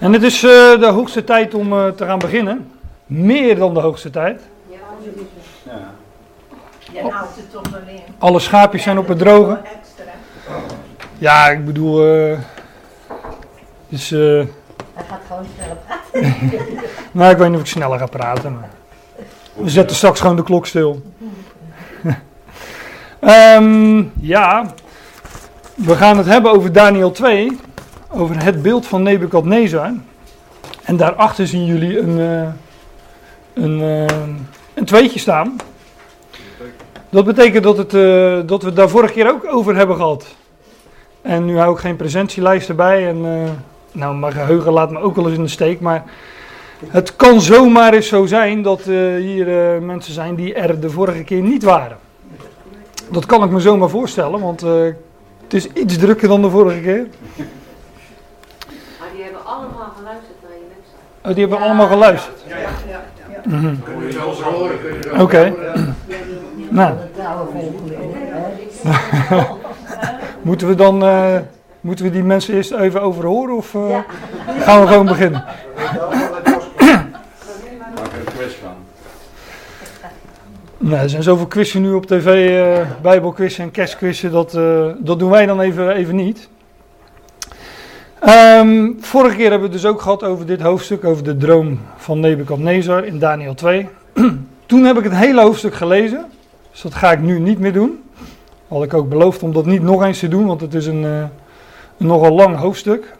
En het is de hoogste tijd om te gaan beginnen. Meer dan de hoogste tijd. Ja, houdt het toch wel in. Alle schaapjes zijn op het droge. Ja, ik bedoel... dus, Hij gaat gewoon sneller praten. nou, ik weet niet of ik sneller ga praten. Maar we zetten straks gewoon de klok stil. Ja, we gaan het hebben over Daniel 2. Over het beeld van Nebukadnezar. En daarachter zien jullie een tweetje staan. Dat betekent dat we het daar vorige keer ook over hebben gehad. En nu hou ik geen presentielijst erbij. En nou, mijn geheugen laat me ook wel eens in de steek. Maar het kan zomaar eens zo zijn dat hier mensen zijn die er de vorige keer niet waren. Dat kan ik me zomaar voorstellen, want het is iets drukker dan de vorige keer. Maar die hebben allemaal geluisterd naar je website. Oh, die hebben allemaal geluisterd? Ja. Mhm. Kun je zelfs horen. Oké. Nou. Moeten we die mensen eerst even overhoren of gaan we gewoon beginnen? Nou, er zijn zoveel quizzen nu op tv, bijbelquizzen en kerstquizzen, dat doen wij dan even niet. Vorige keer hebben we het dus ook gehad over dit hoofdstuk, over de droom van Nebukadnezar in Daniel 2. Toen heb ik het hele hoofdstuk gelezen, dus dat ga ik nu niet meer doen. Had ik ook beloofd om dat niet nog eens te doen, want het is een nogal lang hoofdstuk.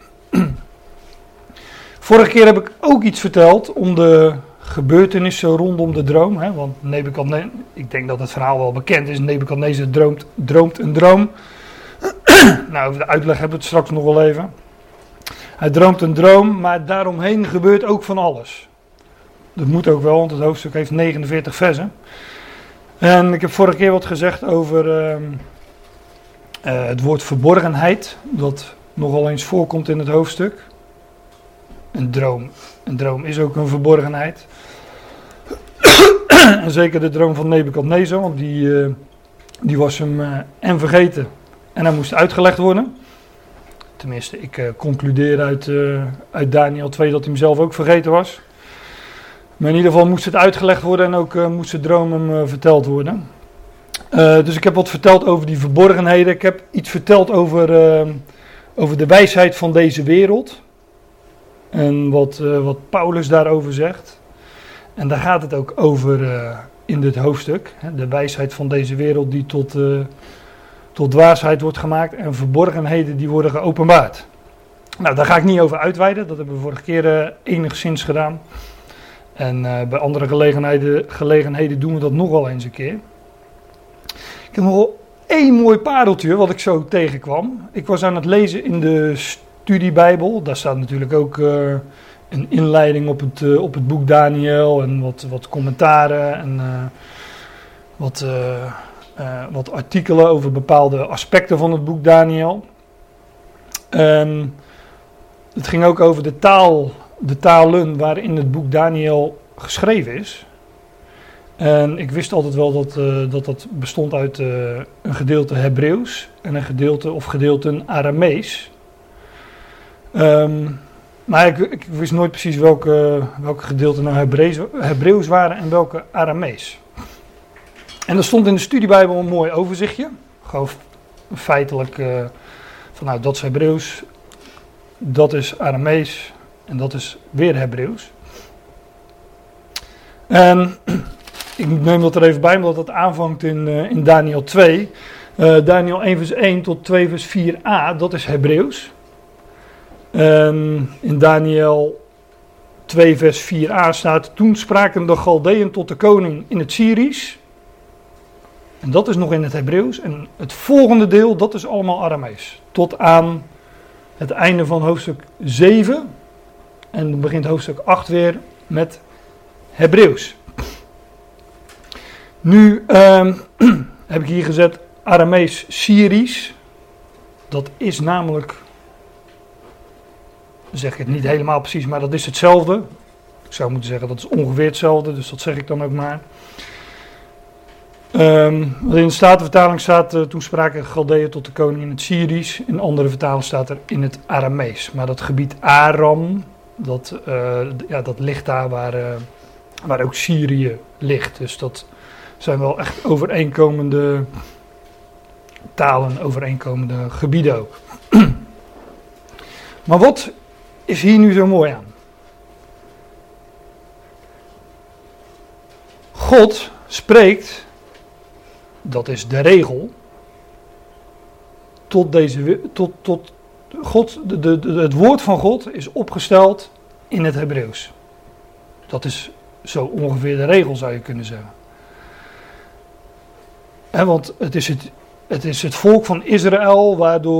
Vorige keer heb ik ook iets verteld om de gebeurtenissen rondom de droom. Hè, want Nebukadnezar, ik denk dat het verhaal wel bekend is, Nebukadnezar droomt een droom. Nou, over de uitleg hebben we het straks nog wel even. Hij droomt een droom, maar daaromheen gebeurt ook van alles. Dat moet ook wel, want het hoofdstuk heeft 49 versen. En ik heb vorige keer wat gezegd over het woord verborgenheid, dat nogal eens voorkomt in het hoofdstuk. Een droom is ook een verborgenheid. En zeker de droom van Nebukadnezar, want die was hem en vergeten en hij moest uitgelegd worden. Tenminste, ik concludeer uit Daniel 2 dat hij hem zelf ook vergeten was. Maar in ieder geval moest het uitgelegd worden en ook moest de droom hem verteld worden. Dus ik heb wat verteld over die verborgenheden. Ik heb iets verteld over de wijsheid van deze wereld. En wat Paulus daarover zegt. En daar gaat het ook over in dit hoofdstuk. Hè, de wijsheid van deze wereld die tot dwaasheid wordt gemaakt. En verborgenheden die worden geopenbaard. Nou, daar ga ik niet over uitweiden. Dat hebben we vorige keer enigszins gedaan. En bij andere gelegenheden doen we dat nog wel eens een keer. Ik heb nog wel één mooi pareltje wat ik zo tegenkwam. Ik was aan het lezen in de studiebijbel. Daar staat natuurlijk ook een inleiding op het boek Daniel. En wat commentaren en wat artikelen over bepaalde aspecten van het boek Daniel. Het ging ook over de talen waarin het boek Daniel geschreven is. En ik wist altijd wel dat bestond uit een gedeelte Hebreeuws en een gedeelte Aramees. Maar ik wist nooit precies welke gedeelten nou Hebreeuws waren en welke Aramees. En er stond in de studiebijbel een mooi overzichtje. Gewoon feitelijk van nou, dat is Hebreeuws, dat is Aramees en dat is weer Hebreeuws. En ik neem dat er even bij, omdat dat aanvangt in Daniel 2. Daniel 1 vers 1 tot 2 vers 4a, dat is Hebreeuws. In Daniel 2 vers 4a staat: toen spraken de Galdeën tot de koning in het Syrisch. En dat is nog in het Hebreeuws. En het volgende deel, dat is allemaal Aramees. Tot aan het einde van hoofdstuk 7. En dan begint hoofdstuk 8 weer met Hebreeuws. Nu heb ik hier gezet Aramees Syrisch. Dat is namelijk, zeg ik het niet helemaal precies, maar dat is hetzelfde. Ik zou moeten zeggen dat is ongeveer hetzelfde, dus dat zeg ik dan ook maar. In de Statenvertaling staat, toen spraken Galdeën tot de koning in het Syrisch. In andere vertalingen staat er in het Aramees. Maar dat gebied Aram, dat ligt daar waar ook Syrië ligt. Dus dat zijn wel echt overeenkomende talen, overeenkomende gebieden ook. Maar wat is hier nu zo mooi aan? God spreekt, dat is de regel, tot God, het woord van God is opgesteld in het Hebreeuws. Dat is zo ongeveer de regel, zou je kunnen zeggen. Want het is het volk van Israël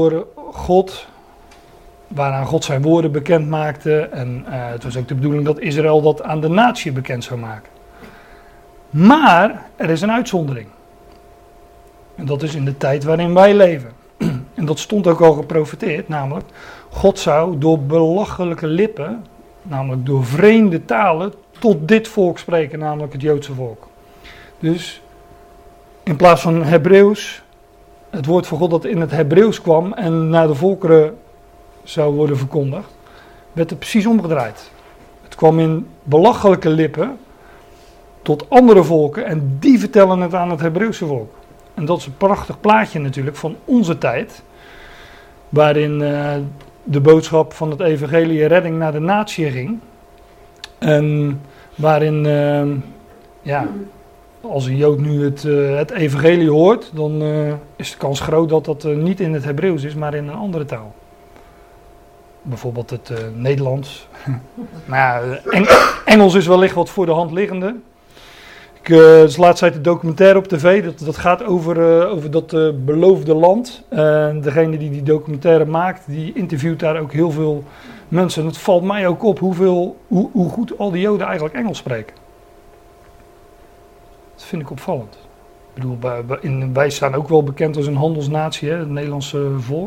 waaraan God zijn woorden bekend maakte. En het was ook de bedoeling dat Israël dat aan de natie bekend zou maken. Maar er is een uitzondering. En dat is in de tijd waarin wij leven. En dat stond ook al geprofeteerd, namelijk God zou door belachelijke lippen, namelijk door vreemde talen, tot dit volk spreken, namelijk het Joodse volk. Dus in plaats van Hebreeuws, het woord van God dat in het Hebreeuws kwam en naar de volkeren zou worden verkondigd, werd het precies omgedraaid. Het kwam in belachelijke lippen tot andere volken en die vertellen het aan het Hebreeuwse volk. En dat is een prachtig plaatje natuurlijk van onze tijd, waarin de boodschap van het evangelie redding naar de natie ging. En waarin, als een Jood nu het evangelie hoort, dan is de kans groot dat dat niet in het Hebreeuws is, maar in een andere taal. Bijvoorbeeld het Nederlands. Maar Engels is wellicht wat voor de hand liggende. Dus laatst zei de documentaire op tv, dat gaat over dat beloofde land. Degene die documentaire maakt, die interviewt daar ook heel veel mensen. En het valt mij ook op hoe goed al die Joden eigenlijk Engels spreken. Dat vind ik opvallend. Ik bedoel, wij staan ook wel bekend als een handelsnatie, hè, het Nederlandse volk.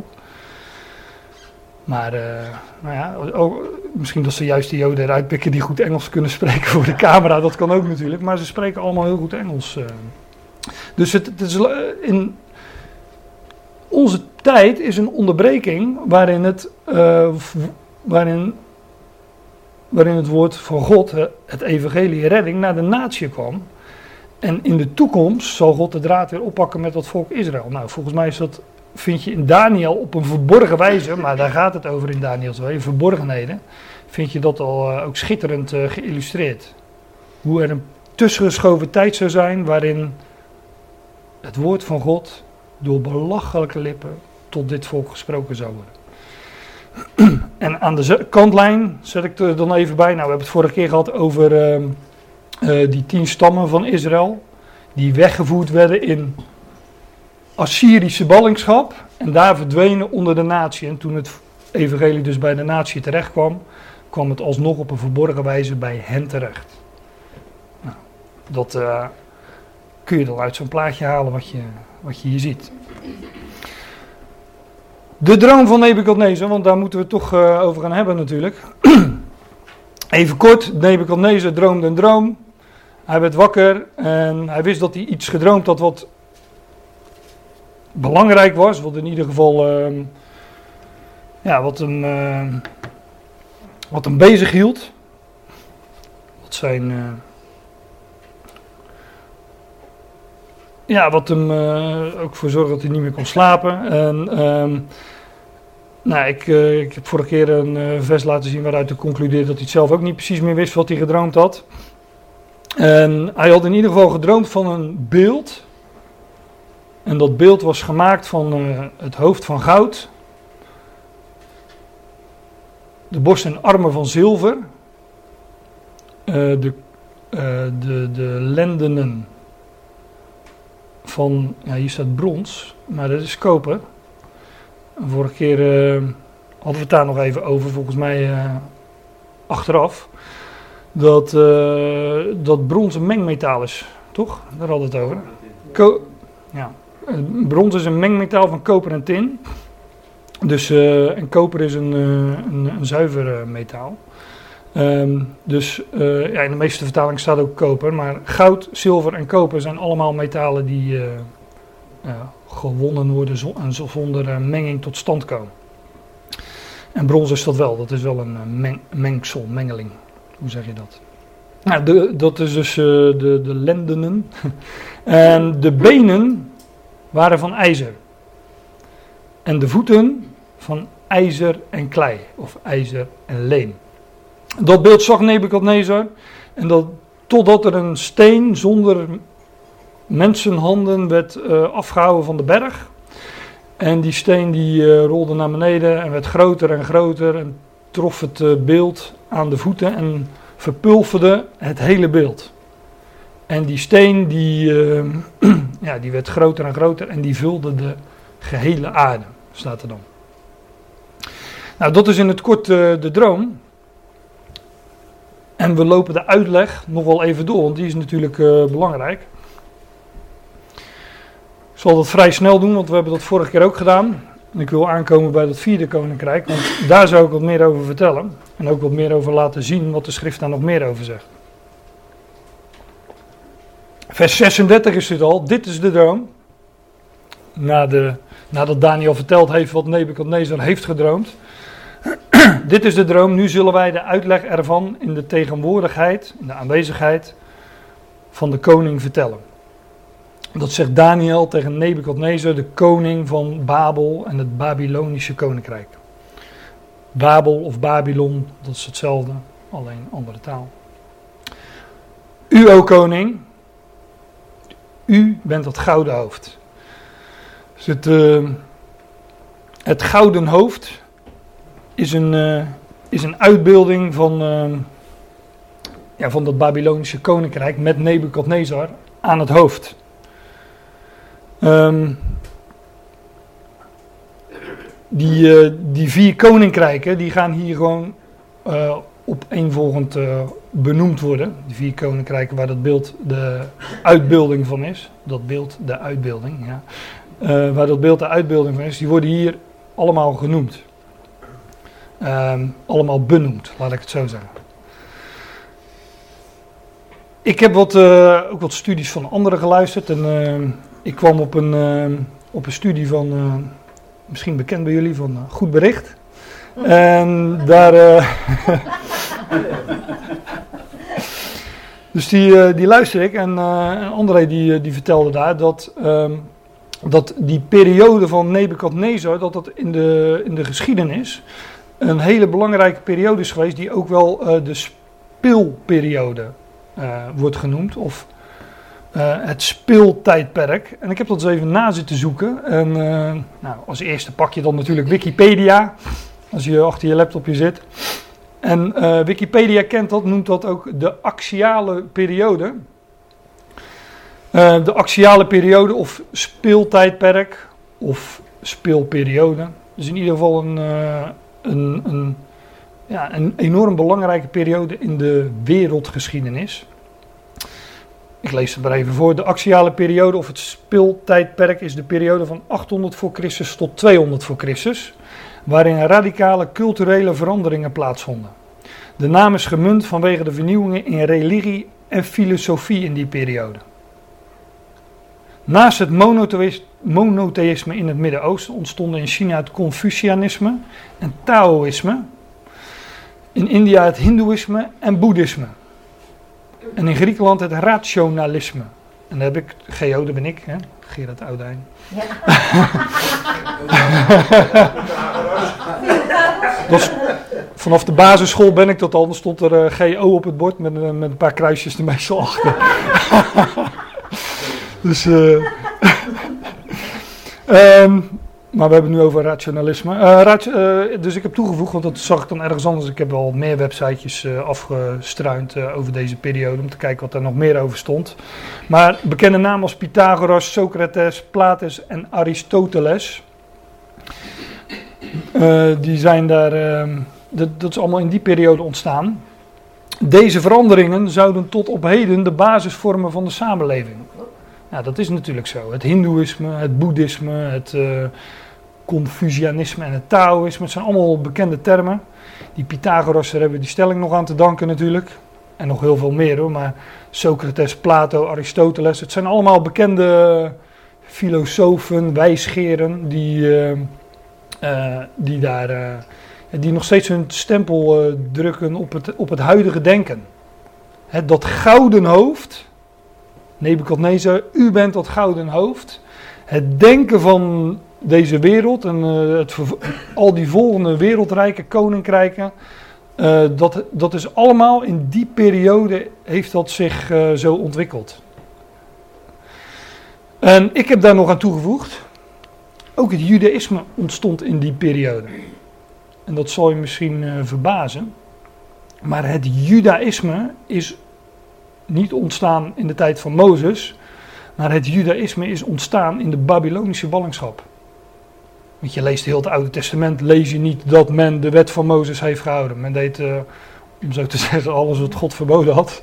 Maar misschien dat ze juist de Joden eruit pikken die goed Engels kunnen spreken voor de camera. Dat kan ook natuurlijk. Maar ze spreken allemaal heel goed Engels. Dus het is, in onze tijd is een onderbreking waarin het woord van God, het evangelie redding, naar de natie kwam. En in de toekomst zal God de draad weer oppakken met dat volk Israël. Nou, volgens mij vind je in Daniel op een verborgen wijze, maar daar gaat het over in Daniel 2, verborgenheden, vind je dat al ook schitterend geïllustreerd. Hoe er een tussengeschoven tijd zou zijn waarin het woord van God door belachelijke lippen tot dit volk gesproken zou worden. En aan de kantlijn zet ik er dan even bij, nou we hebben het vorige keer gehad over die 10 stammen van Israël, die weggevoerd werden in Assyrische ballingschap en daar verdwenen onder de natie. En toen het evangelie dus bij de natie terecht kwam, kwam het alsnog op een verborgen wijze bij hen terecht. Nou, dat kun je dan uit zo'n plaatje halen wat je hier ziet. De droom van Nebukadnezar, want daar moeten we het toch over gaan hebben natuurlijk. Even kort, Nebukadnezar droomde een droom. Hij werd wakker en hij wist dat hij iets gedroomd had wat belangrijk was, wat in ieder geval wat hem bezig hield. Wat hem ook voor zorgde dat hij niet meer kon slapen. En ik heb vorige keer een vers laten zien waaruit hij concludeerde dat hij het zelf ook niet precies meer wist wat hij gedroomd had. En hij had in ieder geval gedroomd van een beeld. En dat beeld was gemaakt van het hoofd van goud, de borst en armen van zilver, de lendenen van, hier staat brons, maar dat is koper. En vorige keer hadden we het daar nog even over, volgens mij achteraf, dat brons een mengmetaal is, toch? Daar hadden we het over. Brons is een mengmetaal van koper en tin. Dus, en koper is een zuiver metaal. In de meeste vertalingen staat ook koper. Maar goud, zilver en koper zijn allemaal metalen die gewonnen worden en zonder menging tot stand komen. En brons is dat wel. Dat is wel een mengsel, mengeling. Hoe zeg je dat? Nou, dat is dus de lendenen. En de benen waren van ijzer. En de voeten van ijzer en klei. Of ijzer en leem. Dat beeld zag Nebukadnezar. En totdat er een steen zonder mensenhanden werd afgehouden van de berg. En die steen die rolde naar beneden en werd groter en groter. En trof het beeld aan de voeten en verpulverde het hele beeld. En die steen die werd groter en groter en die vulde de gehele aarde, staat er dan. Nou, dat is in het kort de droom. En we lopen de uitleg nog wel even door, want die is natuurlijk belangrijk. Ik zal dat vrij snel doen, want we hebben dat vorige keer ook gedaan. En ik wil aankomen bij dat 4e koninkrijk, want daar zou ik wat meer over vertellen. En ook wat meer over laten zien wat de schrift daar nog meer over zegt. Vers 36 is dit al. Dit is de droom. Nadat Daniel verteld heeft wat Nebukadnezar heeft gedroomd. Dit is de droom. Nu zullen wij de uitleg ervan in de tegenwoordigheid, in de aanwezigheid van de koning vertellen. Dat zegt Daniel tegen Nebukadnezar, de koning van Babel en het Babylonische koninkrijk. Babel of Babylon, dat is hetzelfde, alleen andere taal. U, o koning, u bent het gouden hoofd. Dus het gouden hoofd is een uitbeelding van dat Babylonische koninkrijk met Nebukadnezar aan het hoofd. Die 4 koninkrijken die gaan hier gewoon opeenvolgend benoemd worden. Die 4 koninkrijken waar dat beeld de uitbeelding van is. Dat beeld de uitbeelding, ja. Waar dat beeld de uitbeelding van is, die worden hier allemaal genoemd. Allemaal benoemd, laat ik het zo zeggen. Ik heb ook wat studies van anderen geluisterd en ik kwam op een studie van, misschien bekend bij jullie, van Goed Bericht. En daar... dus die luister ik en André die vertelde daar dat die periode van Nebukadnezar, dat in de geschiedenis een hele belangrijke periode is geweest, die ook wel de speelperiode wordt genoemd, of het speeltijdperk. En ik heb dat eens even na zitten zoeken. En als eerste pak je dan natuurlijk Wikipedia, als je achter je laptopje zit. En Wikipedia noemt dat ook de axiale periode. De axiale periode of speeltijdperk of speelperiode. Dus in ieder geval een enorm belangrijke periode in de wereldgeschiedenis. Ik lees het maar even voor. De axiale periode of het speeltijdperk is de periode van 800 voor Christus tot 200 voor Christus, waarin radicale culturele veranderingen plaatsvonden. De naam is gemunt vanwege de vernieuwingen in religie en filosofie in die periode. Naast het monotheïsme in het Midden-Oosten ontstonden in China het Confucianisme en Taoïsme. In India het Hindoeïsme en Boeddhisme. En in Griekenland het rationalisme. En daar heb ik, Geo, daar ben ik, hè? Gerard Oudijn. Ja. Vanaf de basisschool ben ik dat al. Dan stond er GO op het bord met een paar kruisjes er meestal achter. Dus, maar we hebben het nu over rationalisme. Dus ik heb toegevoegd, want dat zag ik dan ergens anders. Ik heb wel meer websitejes afgestruind over deze periode om te kijken wat er nog meer over stond. Maar bekende namen als Pythagoras, Socrates, Platus en Aristoteles. Die zijn daar, dat is allemaal in die periode ontstaan. Deze veranderingen zouden tot op heden de basis vormen van de samenleving. Ja, dat is natuurlijk zo. Het Hindoeïsme, het Boeddhisme, het Confucianisme en het Taoïsme. Het zijn allemaal bekende termen. Die Pythagoras, daar hebben we die stelling nog aan te danken natuurlijk. En nog heel veel meer hoor. Maar Socrates, Plato, Aristoteles. Het zijn allemaal bekende filosofen, wijsgeren die daar die nog steeds hun stempel drukken op het huidige denken. Dat gouden hoofd, Nebukadnezar, u bent dat gouden hoofd. Het denken van deze wereld en al die volgende wereldrijken, koninkrijken, dat is allemaal in die periode heeft dat zich zo ontwikkeld. En ik heb daar nog aan toegevoegd, ook het judaïsme ontstond in die periode. En dat zal je misschien verbazen, maar het judaïsme is niet ontstaan in de tijd van Mozes, maar het judaïsme is ontstaan in de Babylonische ballingschap. Want je leest heel het Oude Testament, lees je niet dat men de wet van Mozes heeft gehouden. Men deed, om zo te zeggen, alles wat God verboden had.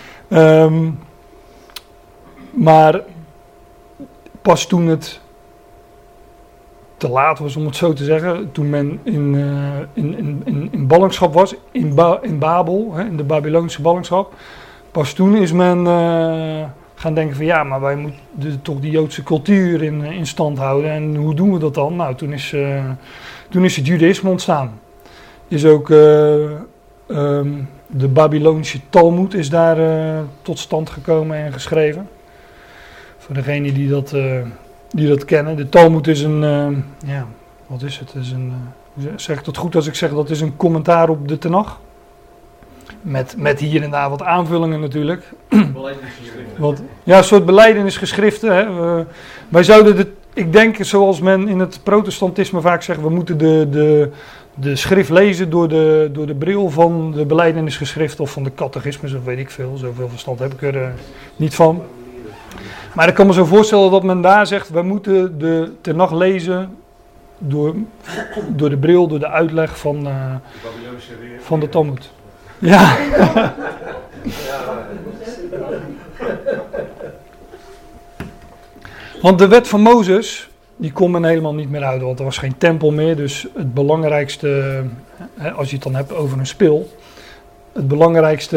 Maar pas toen het te laat was, om het zo te zeggen, toen men in ballingschap was, in Babel, in de Babylonische ballingschap, pas toen is men gaan denken van ja, maar wij moeten toch die Joodse cultuur in stand houden. En hoe doen we dat dan? Nou, toen is het judaïsme ontstaan. Is ook de Babylonische Talmud is daar tot stand gekomen en geschreven. Voor degenen die dat kennen. De Talmud is wat is het? Zeg ik dat goed als ik zeg dat is een commentaar op de Tenach? Met hier en daar wat aanvullingen natuurlijk. Een soort belijdenisgeschriften. Hè. Wij zouden ik denk zoals men in het protestantisme vaak zegt, we moeten de schrift lezen door de bril van de belijdenisgeschriften of van de catechismus of weet ik veel. Zoveel verstand heb ik er niet van. Maar ik kan me zo voorstellen dat men daar zegt, we moeten de Tenach lezen door de bril, door de uitleg van de Talmud. Ja. Want de wet van Mozes, die kon men helemaal niet meer houden, want er was geen tempel meer. Dus het belangrijkste, als je het dan hebt over een spil, het belangrijkste,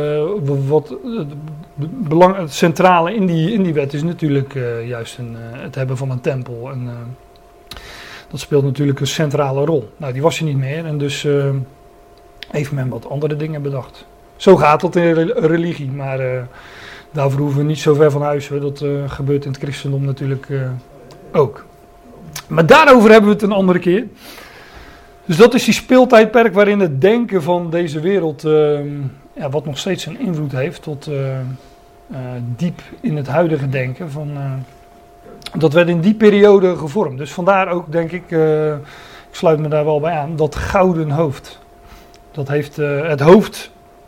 het centrale in die wet is natuurlijk juist het hebben van een tempel. En dat speelt natuurlijk een centrale rol. Nou, die was er niet meer en dus heeft men wat andere dingen bedacht. Zo gaat dat in religie, maar daarvoor hoeven we niet zo ver van huis. Hoor. Dat gebeurt in het christendom natuurlijk ook. Maar daarover hebben we het een andere keer. Dus dat is die speeltijdperk waarin het denken van deze wereld, wat nog steeds een invloed heeft tot diep in het huidige denken. Dat werd in die periode gevormd. Dus vandaar ook denk ik sluit me daar wel bij aan, dat gouden hoofd. Dat heeft het hoofd,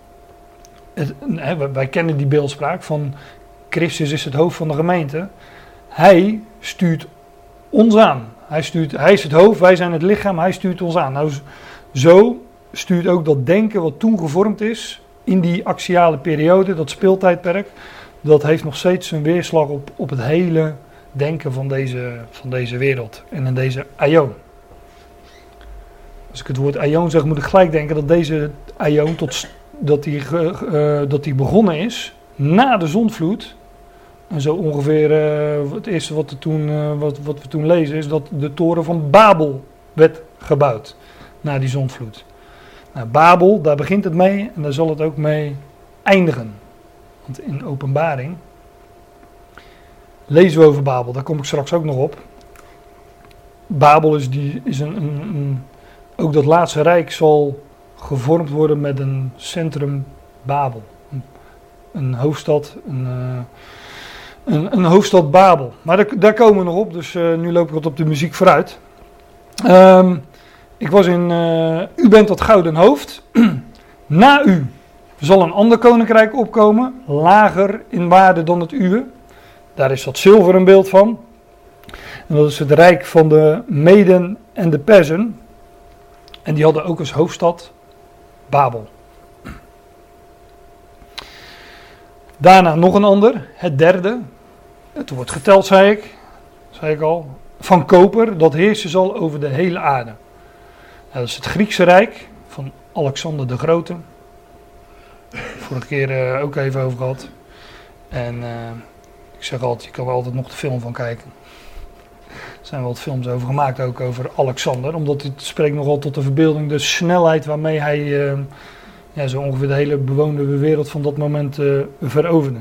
wij kennen die beeldspraak van Christus is het hoofd van de gemeente. Hij stuurt ons aan. Hij is het hoofd, wij zijn het lichaam, hij stuurt ons aan. Nou, zo stuurt ook dat denken wat toen gevormd is, in die axiale periode, dat speeltijdperk, dat heeft nog steeds een weerslag op het hele denken van deze wereld en in deze aion. Als ik het woord aion zeg, moet ik gelijk denken dat deze aion, dat die begonnen is na de zondvloed. En zo ongeveer het eerste wat we toen lezen is dat de toren van Babel werd gebouwd na die zondvloed. Nou, Babel, daar begint het mee en daar zal het ook mee eindigen. Want in Openbaring lezen we over Babel, daar kom ik straks ook nog op. Babel is ook dat laatste rijk zal gevormd worden met een centrum Babel. Een hoofdstad, een hoofdstad Babel. Maar daar komen we nog op, dus nu loop ik wat op de muziek vooruit. Ik was in U bent dat gouden hoofd. Na u zal een ander koninkrijk opkomen, lager in waarde dan het uwe. Daar is dat zilver een beeld van. En dat is het rijk van de Meden en de Perzen. En die hadden ook als hoofdstad Babel. Daarna nog een ander, het derde. Het wordt geteld, zei ik al. Van koper, dat heersen zal over de hele aarde. Dat is het Griekse rijk van Alexander de Grote. Vorige keer ook even over gehad. En ik zeg altijd, je kan er altijd nog de film van kijken. Er zijn wel wat films over gemaakt, ook over Alexander. Omdat het spreekt nogal tot de verbeelding de snelheid waarmee hij zo ongeveer de hele bewoonde wereld van dat moment veroverde.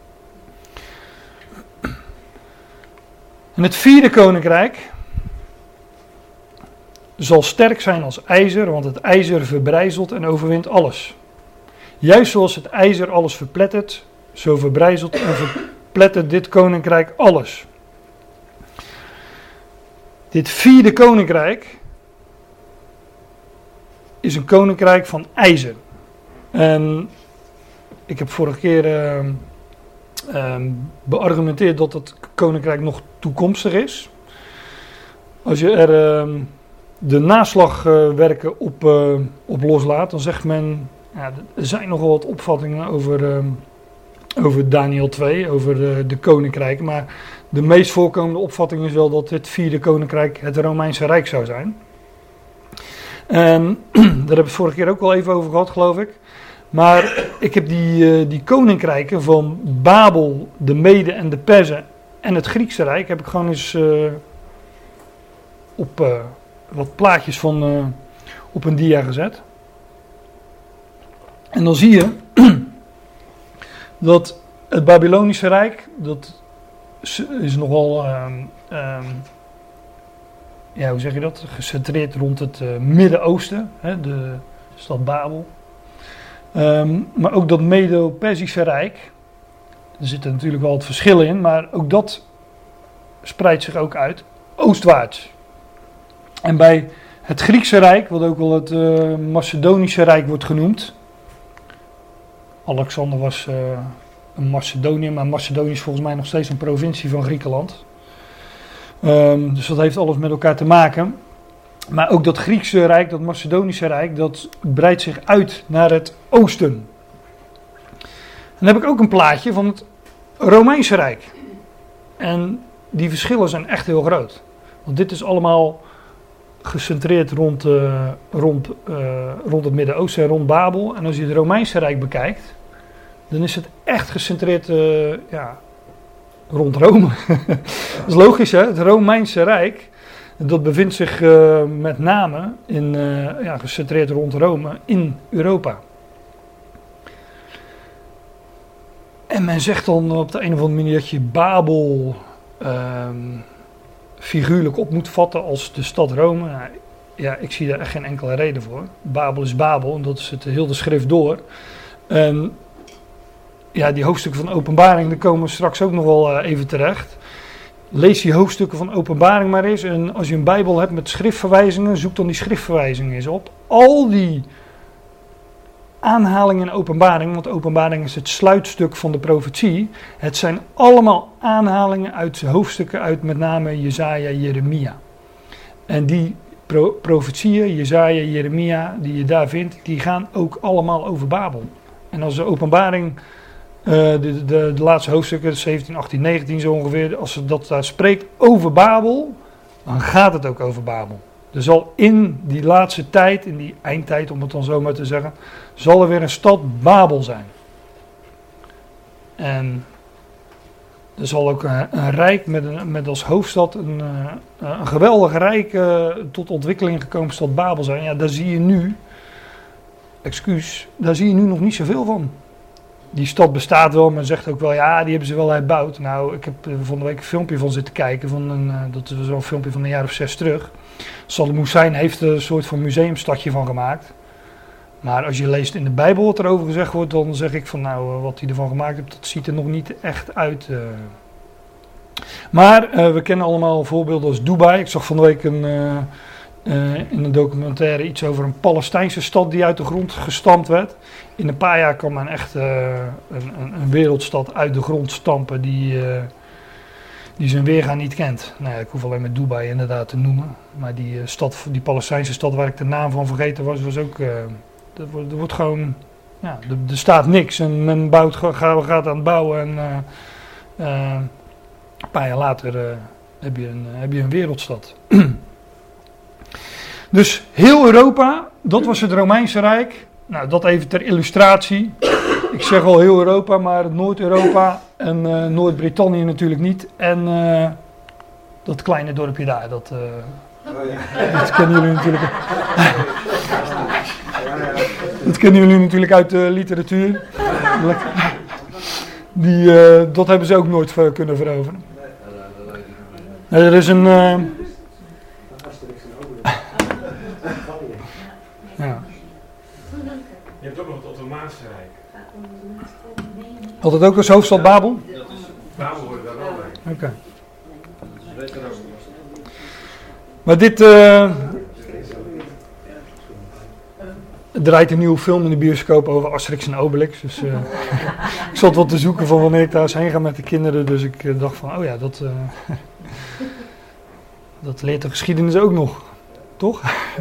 En het vierde koninkrijk zal sterk zijn als ijzer, want het ijzer verbrijzelt en overwint alles. Juist zoals het ijzer alles verplettert, zo verbrijzelt en verplettert dit koninkrijk alles. Dit vierde koninkrijk is een koninkrijk van ijzer. En ik heb vorige keer beargumenteerd dat het koninkrijk nog toekomstig is. Als je er de naslagwerken op loslaat, dan zegt men, ja, er zijn nogal wat opvattingen over Daniel 2, over de koninkrijken, maar de meest voorkomende opvatting is wel dat het vierde koninkrijk het Romeinse Rijk zou zijn. En daar hebben we het vorige keer ook wel even over gehad, geloof ik. Maar ik heb die koninkrijken van Babel, de Meden en de Perzen en het Griekse Rijk, heb ik gewoon eens op wat plaatjes van op een dia gezet. En dan zie je dat het Babylonische Rijk, dat is nogal, hoe zeg je dat, gecentreerd rond het Midden-Oosten, de stad Babel. Maar ook dat Medo-Perzische Rijk, er zitten natuurlijk wel wat verschillen in, maar ook dat spreidt zich ook uit oostwaarts. En bij het Griekse Rijk, wat ook wel het Macedonische Rijk wordt genoemd. Alexander was een Macedoniër, maar Macedonië is volgens mij nog steeds een provincie van Griekenland. Dus dat heeft alles met elkaar te maken. Maar ook dat Griekse Rijk, dat Macedonische Rijk, dat breidt zich uit naar het oosten. En dan heb ik ook een plaatje van het Romeinse Rijk. En die verschillen zijn echt heel groot. Want dit is allemaal gecentreerd rond het Midden-Oosten en rond Babel. En als je het Romeinse Rijk bekijkt, dan is het echt gecentreerd rond Rome. Dat is logisch, hè? Het Romeinse Rijk, dat bevindt zich met name gecentreerd rond Rome in Europa. En men zegt dan op de een of andere manier dat je Babel figuurlijk op moet vatten als de stad Rome. Nou, ja, ik zie daar echt geen enkele reden voor. Babel is Babel en dat is het heel de schrift door. Die hoofdstukken van Openbaring, daar komen we straks ook nog wel even terecht. Lees die hoofdstukken van Openbaring maar eens. En als je een Bijbel hebt met schriftverwijzingen, zoek dan die schriftverwijzingen eens op. Al die aanhalingen in Openbaring, want Openbaring is het sluitstuk van de profetie. Het zijn allemaal aanhalingen uit hoofdstukken uit met name Jesaja, Jeremia. En die profetieën, Jesaja, Jeremia, die je daar vindt, die gaan ook allemaal over Babel. En als de Openbaring, de laatste hoofdstukken, 17, 18, 19 zo ongeveer, als ze dat daar spreekt over Babel, dan gaat het ook over Babel. Er zal in die laatste tijd, in die eindtijd om het dan zo maar te zeggen, zal er weer een stad Babel zijn. En er zal ook een rijk met als hoofdstad een geweldig rijk tot ontwikkeling gekomen stad Babel zijn. Ja, daar zie je nu, daar zie je nu nog niet zoveel van. Die stad bestaat wel, maar zegt ook wel, ja, die hebben ze wel herbouwd. Nou, ik heb van de week een filmpje van zitten kijken, dat is zo'n filmpje van een jaar of 6 terug. Saddam Hussein heeft er een soort van museumstadje van gemaakt. Maar als je leest in de Bijbel wat erover gezegd wordt, dan zeg ik van nou, wat hij ervan gemaakt heeft, dat ziet er nog niet echt uit. Maar we kennen allemaal voorbeelden als Dubai. Ik zag van de week in een documentaire iets over een Palestijnse stad die uit de grond gestampt werd. In een paar jaar kan men echt een wereldstad uit de grond stampen die zijn weerga niet kent. Nou ja, ik hoef alleen maar Dubai inderdaad te noemen. Maar die Palestijnse stad waar ik de naam van vergeten was ook... Er wordt gewoon... Ja, er staat niks en men gaat aan het bouwen en een paar jaar later heb je een wereldstad. Dus heel Europa, dat was het Romeinse Rijk. Nou, dat even ter illustratie. Ik zeg al heel Europa, maar Noord-Europa en Noord-Brittannië natuurlijk niet. En Dat kleine dorpje daar, dat kennen jullie natuurlijk. Dat kennen jullie natuurlijk uit de literatuur. Dat hebben ze ook nooit kunnen veroveren. Er is een... ja. Je hebt ook nog het Ottomaanse Rijk. Had het ook als hoofdstad Babel? Babel hoort daar wel bij. Oké. Maar dit... Er draait een nieuwe film in de bioscoop over Asterix en Obelix. Dus ik zat wat te zoeken van wanneer ik daar eens heen ga met de kinderen. Dus ik dacht van, oh ja, dat leert de geschiedenis ook nog. Toch?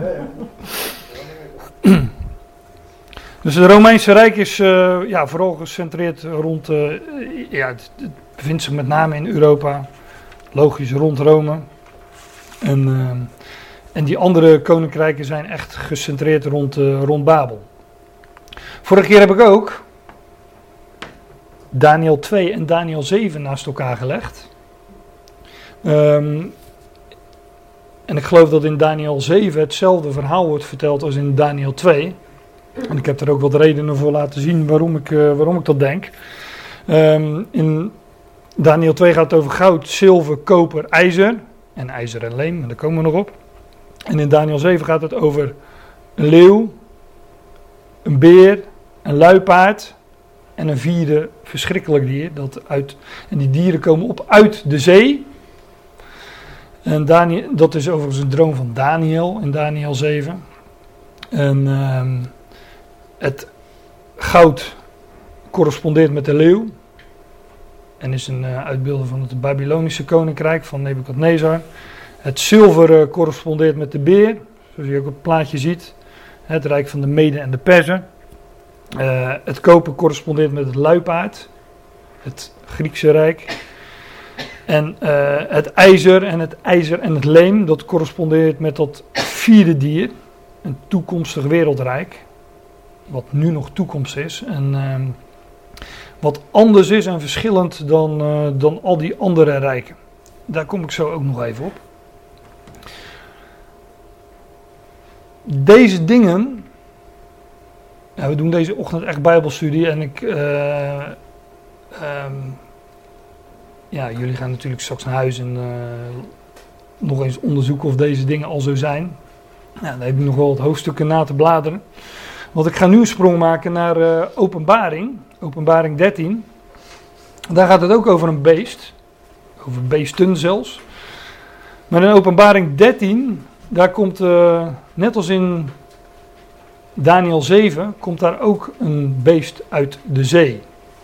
Dus het Romeinse Rijk is vooral gecentreerd rond... het bevindt zich met name in Europa. Logisch rond Rome. En die andere koninkrijken zijn echt gecentreerd rond Babel. Vorige keer heb ik ook Daniel 2 en Daniel 7 naast elkaar gelegd. En ik geloof dat in Daniel 7 hetzelfde verhaal wordt verteld als in Daniel 2. En ik heb er ook wat redenen voor laten zien waarom ik dat denk. In Daniel 2 gaat het over goud, zilver, koper, ijzer. En ijzer en leem, daar komen we nog op. En in Daniel 7 gaat het over een leeuw, een beer, een luipaard en een vierde verschrikkelijk dier. En die dieren komen op uit de zee. En dat is overigens een droom van Daniel in Daniel 7. En het goud correspondeert met de leeuw. En is een uitbeelding van het Babylonische koninkrijk van Nebukadnezar. Het zilver correspondeert met de beer, zoals je ook op het plaatje ziet. Het rijk van de Meden en de Perzen. Het koper correspondeert met het luipaard, het Griekse rijk. En het ijzer en het leem, dat correspondeert met dat vierde dier. Een toekomstig wereldrijk, wat nu nog toekomst is. En wat anders is en verschillend dan al die andere rijken. Daar kom ik zo ook nog even op. Deze dingen, we doen deze ochtend echt bijbelstudie en jullie gaan natuurlijk straks naar huis en nog eens onderzoeken of deze dingen al zo zijn. Nou, daar heb ik nog wel wat hoofdstukken na te bladeren. Want ik ga nu een sprong maken naar Openbaring 13. Daar gaat het ook over een beest, over beesten zelfs. Maar in Openbaring 13, daar komt, net als in Daniel 7, komt daar ook een beest uit de zee.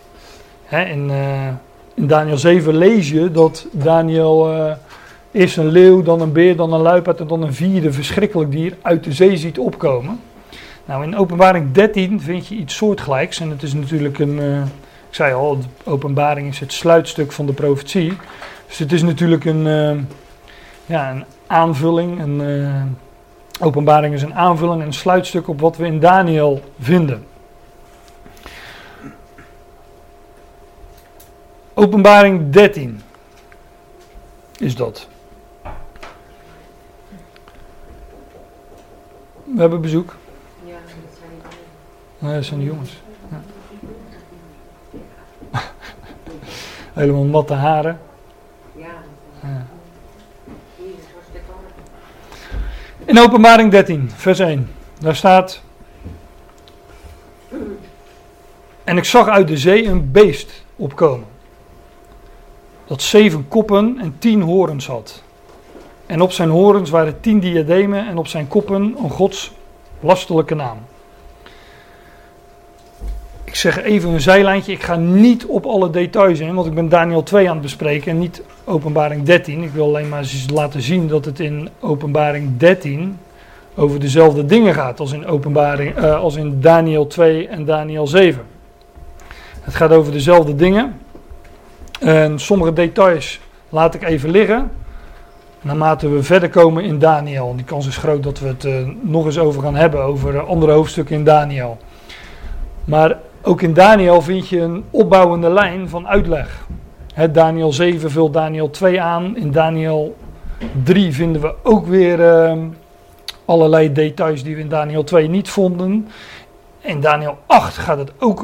In Daniel 7 lees je dat Daniel eerst een leeuw, dan een beer, dan een luipaard en dan een vierde verschrikkelijk dier uit de zee ziet opkomen. Nou, in Openbaring 13 vind je iets soortgelijks. En het is natuurlijk ik zei al, de Openbaring is het sluitstuk van de profetie. Dus het is natuurlijk een aanvulling. Openbaring is een aanvulling en een sluitstuk op wat we in Daniel vinden. Openbaring 13 is dat. We hebben bezoek. Ja, dat zijn die anderen. Nee, dat zijn de jongens. Ja. Helemaal natte haren. Ja, Ja. Jezus was dit anders. In Openbaring 13, vers 1. Daar staat: En ik zag uit de zee een beest opkomen, dat 7 koppen en 10 horens had. En op zijn horens waren 10 diademen en op zijn koppen een Gods lastelijke naam. Ik zeg even een zijlijntje, ik ga niet op alle details in, want ik ben Daniel 2 aan het bespreken en niet Openbaring 13. Ik wil alleen maar eens laten zien dat het in Openbaring 13 over dezelfde dingen gaat als in Daniel 2 en Daniel 7. Het gaat over dezelfde dingen. En sommige details laat ik even liggen. Naarmate we verder komen in Daniel. En die kans is groot dat we het nog eens over gaan hebben. Over andere hoofdstukken in Daniel. Maar ook in Daniel vind je een opbouwende lijn van uitleg. Daniel 7 vult Daniel 2 aan. In Daniel 3 vinden we ook weer allerlei details die we in Daniel 2 niet vonden. In Daniel 8 gaat het ook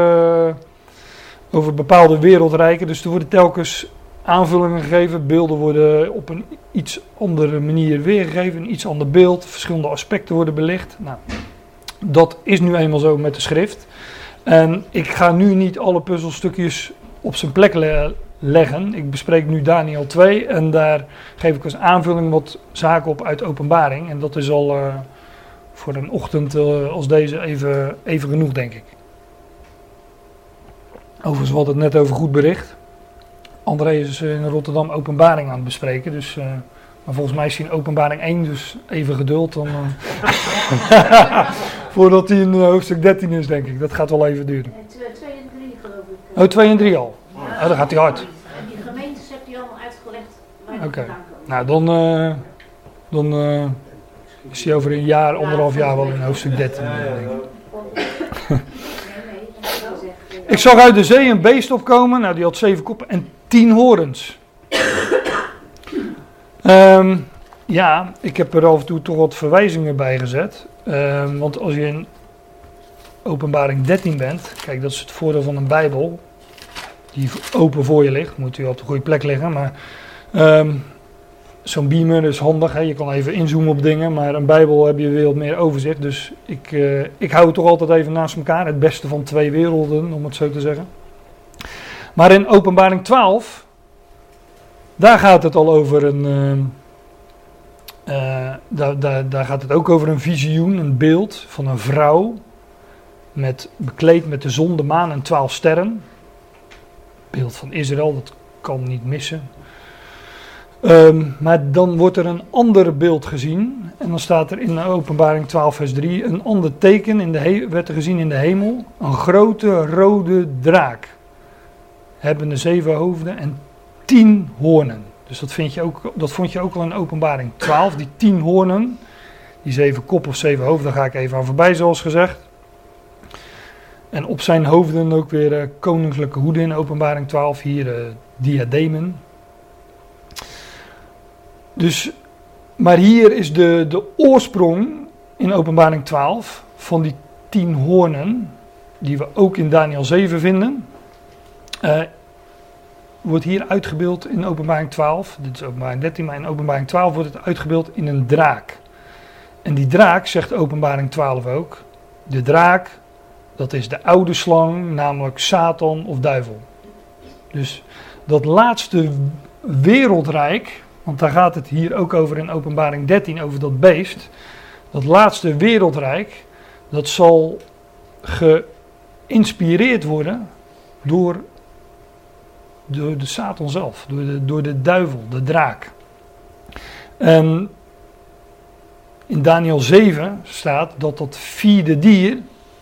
over bepaalde wereldrijken. Dus er worden telkens aanvullingen gegeven. Beelden worden op een iets andere manier weergegeven. Een iets ander beeld. Verschillende aspecten worden belicht. Nou, dat is nu eenmaal zo met de schrift. En ik ga nu niet alle puzzelstukjes op zijn plek leggen. Ik bespreek nu Daniel 2 en daar geef ik als aanvulling wat zaken op uit Openbaring. En dat is al voor een ochtend als deze even genoeg, denk ik. Overigens, we hadden het net over goed bericht. André is in Rotterdam Openbaring aan het bespreken. Dus, maar volgens mij is hij in Openbaring 1, dus even geduld. Dan, voordat hij in hoofdstuk 13 is, denk ik. Dat gaat wel even duren. 2 en 3 geloof ik. Oh, 2 en 3 al. Oh, dan gaat hij hard. En die gemeentes heb je allemaal uitgelegd waar je Oké. vandaan komt. Nou, dan is hij over een jaar, 1,5 jaar wel in hoofdstuk 13. Denk ik. Ik zag uit de zee een beest opkomen. Nou, die had 7 koppen en 10 horens. Ja, ik heb er af en toe toch wat verwijzingen bij gezet. Want als je in Openbaring 13 bent, kijk, dat is het voordeel van een Bijbel, die open voor je ligt, moet u op de goede plek liggen, maar zo'n beamer is handig, hè? Je kan even inzoomen op dingen, maar een Bijbel heb je weer wat meer overzicht, dus ik hou het toch altijd even naast elkaar, het beste van 2 werelden, om het zo te zeggen. Maar in Openbaring 12, daar gaat het al over daar gaat het ook over een visioen, een beeld van een vrouw, bekleed met de zon, de maan en 12 sterren. Beeld van Israël, dat kan niet missen. Maar dan wordt er een ander beeld gezien. En dan staat er in Openbaring 12 vers 3... een ander teken werd er gezien in de hemel. Een grote rode draak. Hebbende 7 hoofden en 10 hoornen. Dus dat vond je ook al in Openbaring 12. Die 10 hoornen. Die 7 koppen of 7 hoofden, daar ga ik even aan voorbij zoals gezegd. En op zijn hoofden ook weer koninklijke hoeden in Openbaring 12. Hier diademen. Dus, maar hier is de oorsprong in Openbaring 12 van die 10 hoornen, die we ook in Daniel 7 vinden, wordt hier uitgebeeld in Openbaring 12. Dit is Openbaring 13, maar in Openbaring 12 wordt het uitgebeeld in een draak. En die draak, zegt Openbaring 12 ook, de draak, dat is de oude slang, namelijk Satan of duivel. Dus dat laatste wereldrijk, want daar gaat het hier ook over in Openbaring 13, over dat beest. Dat laatste wereldrijk, dat zal geïnspireerd worden door de Satan zelf, door de duivel, de draak. En in Daniel 7 staat dat 4e dier,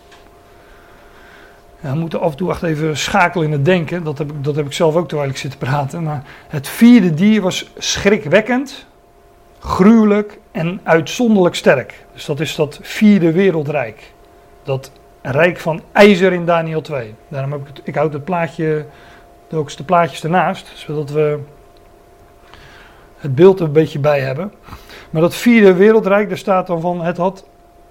we moeten af en toe even schakelen in het denken, dat heb ik zelf ook terwijl ik zit te praten, maar het 4e dier was schrikwekkend, gruwelijk en uitzonderlijk sterk. Dus dat is dat 4e wereldrijk, dat rijk van ijzer in Daniel 2. Daarom heb ik houd het plaatje, ook eens de plaatjes ernaast, zodat we het beeld er een beetje bij hebben. Maar dat 4e wereldrijk, daar staat dan van, het had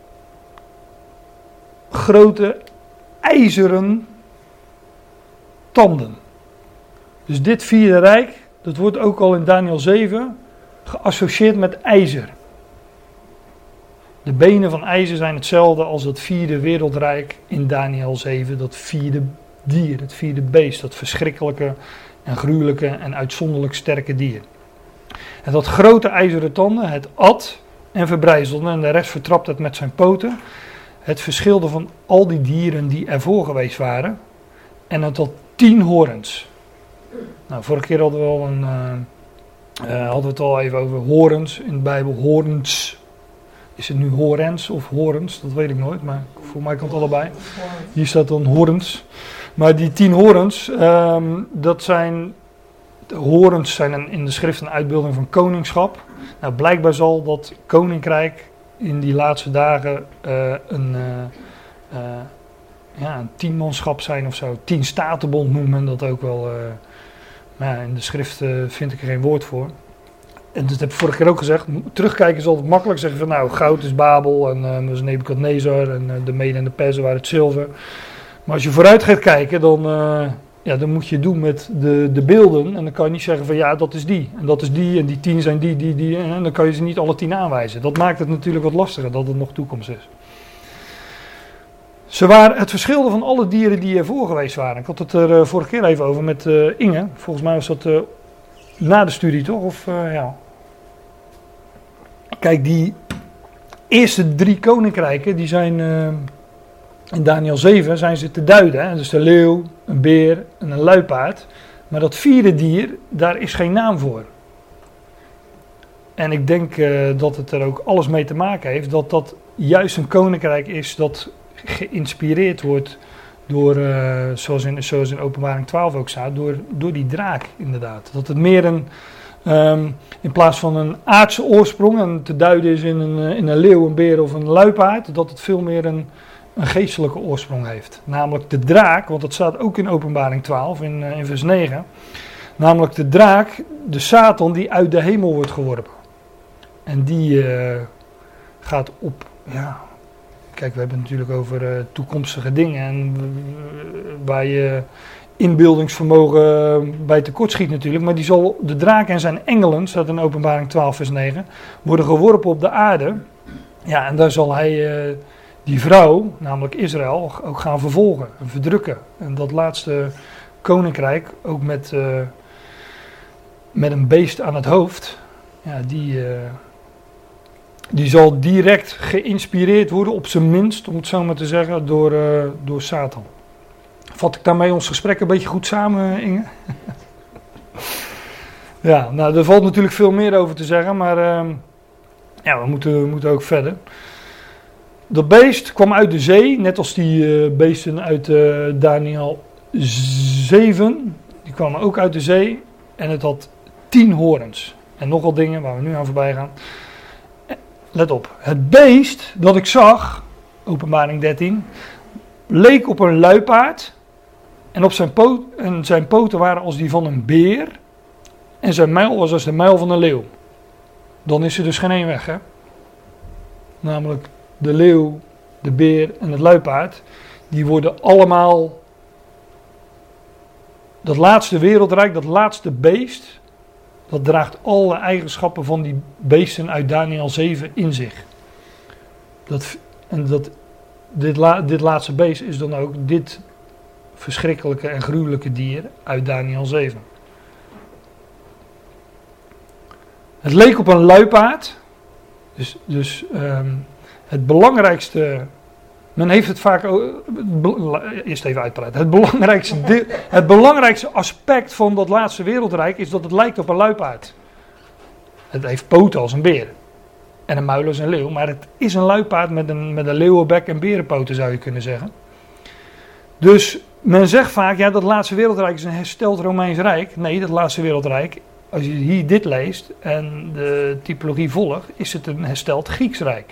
grote ijzeren tanden. Dus dit 4e rijk, dat wordt ook al in Daniel 7 geassocieerd met ijzer. De benen van ijzer zijn hetzelfde als dat 4e wereldrijk in Daniel 7, dat 4e dier, het 4e beest, dat verschrikkelijke en gruwelijke en uitzonderlijk sterke dier. En dat grote ijzeren tanden, het at en verbrijzelde en de rest vertrapt het met zijn poten. Het verschilde van al die dieren die ervoor geweest waren. En het had 10 horens. Nou, vorige keer hadden we het al even over horens in de Bijbel. Horens. Is het nu horens of horens? Dat weet ik nooit, maar voor mij kan het allebei. Hier staat dan horens. Maar die 10 horens, horens zijn in de schrift een uitbeelding van koningschap. Nou, blijkbaar zal dat koninkrijk in die laatste dagen een 10-manschap zijn of zo. 10 statenbond noemt men dat ook wel. Maar in de schrift vind ik er geen woord voor. en dat heb ik vorige keer ook gezegd, terugkijken is altijd makkelijk. Zeggen van nou, goud is Babel en dat is Nebukadnezar en de Mede en de Perzen waren het zilver. Maar als je vooruit gaat kijken, dan moet je het doen met de beelden. En dan kan je niet zeggen van ja, dat is die en dat is die en die 10 zijn die. En dan kan je ze niet alle 10 aanwijzen. Dat maakt het natuurlijk wat lastiger dat het nog toekomst is. Het verschilde van alle dieren die ervoor geweest waren. Ik had het er vorige keer even over met Inge. Volgens mij was dat na de studie toch? Of ja. Kijk, die eerste 3 koninkrijken, die zijn in Daniël 7 zijn ze te duiden. Hè? Dus de leeuw, een beer en een luipaard. Maar dat 4e dier, daar is geen naam voor. En ik denk dat het er ook alles mee te maken heeft dat dat juist een koninkrijk is dat geïnspireerd wordt door, zoals in Openbaring 12 ook staat, door die draak inderdaad. Dat het meer in plaats van een aardse oorsprong en te duiden is in een leeuw, een beer of een luipaard, dat het veel meer een geestelijke oorsprong heeft. Namelijk de draak, want dat staat ook in Openbaring 12 in vers 9. Namelijk de draak, de Satan die uit de hemel wordt geworpen. En die gaat op, ja, kijk, we hebben het natuurlijk over toekomstige dingen en waar je inbeeldingsvermogen bij tekort schiet natuurlijk, maar die zal, de draak en zijn engelen, staat in Openbaring 12 vers 9, worden geworpen op de aarde. Ja, en daar zal hij die vrouw, namelijk Israël, ook gaan vervolgen en verdrukken. En dat laatste koninkrijk, ook met een beest aan het hoofd, ja, die zal direct geïnspireerd worden, op zijn minst, om het zo maar te zeggen, door Satan. Vat ik daarmee ons gesprek een beetje goed samen, Inge? Ja, nou, er valt natuurlijk veel meer over te zeggen, maar ja, we moeten ook verder. Dat beest kwam uit de zee, net als die beesten uit Daniël 7. Die kwamen ook uit de zee en het had 10 horens. En nogal dingen waar we nu aan voorbij gaan. Let op, het beest dat ik zag, Openbaring 13, leek op een luipaard en zijn poten waren als die van een beer en zijn muil was als de muil van een leeuw. Dan is er dus geen één weg, hè? Namelijk de leeuw, de beer en het luipaard, die worden allemaal, dat laatste wereldrijk, dat laatste beest, dat draagt alle eigenschappen van die beesten uit Daniël 7 in zich. Dit laatste beest is dan ook dit verschrikkelijke en gruwelijke dier uit Daniël 7. Het leek op een luipaard. Dus het belangrijkste, men heeft het vaak, eerst even uitpraten. Het belangrijkste aspect van dat laatste wereldrijk is dat het lijkt op een luipaard. Het heeft poten als een beer. En een muil als een leeuw. Maar het is een luipaard met een leeuwenbek en berenpoten, zou je kunnen zeggen. Dus men zegt vaak, ja, dat laatste wereldrijk is een hersteld Romeins Rijk. Nee, dat laatste wereldrijk, als je hier dit leest en de typologie volgt, is het een hersteld Grieks Rijk.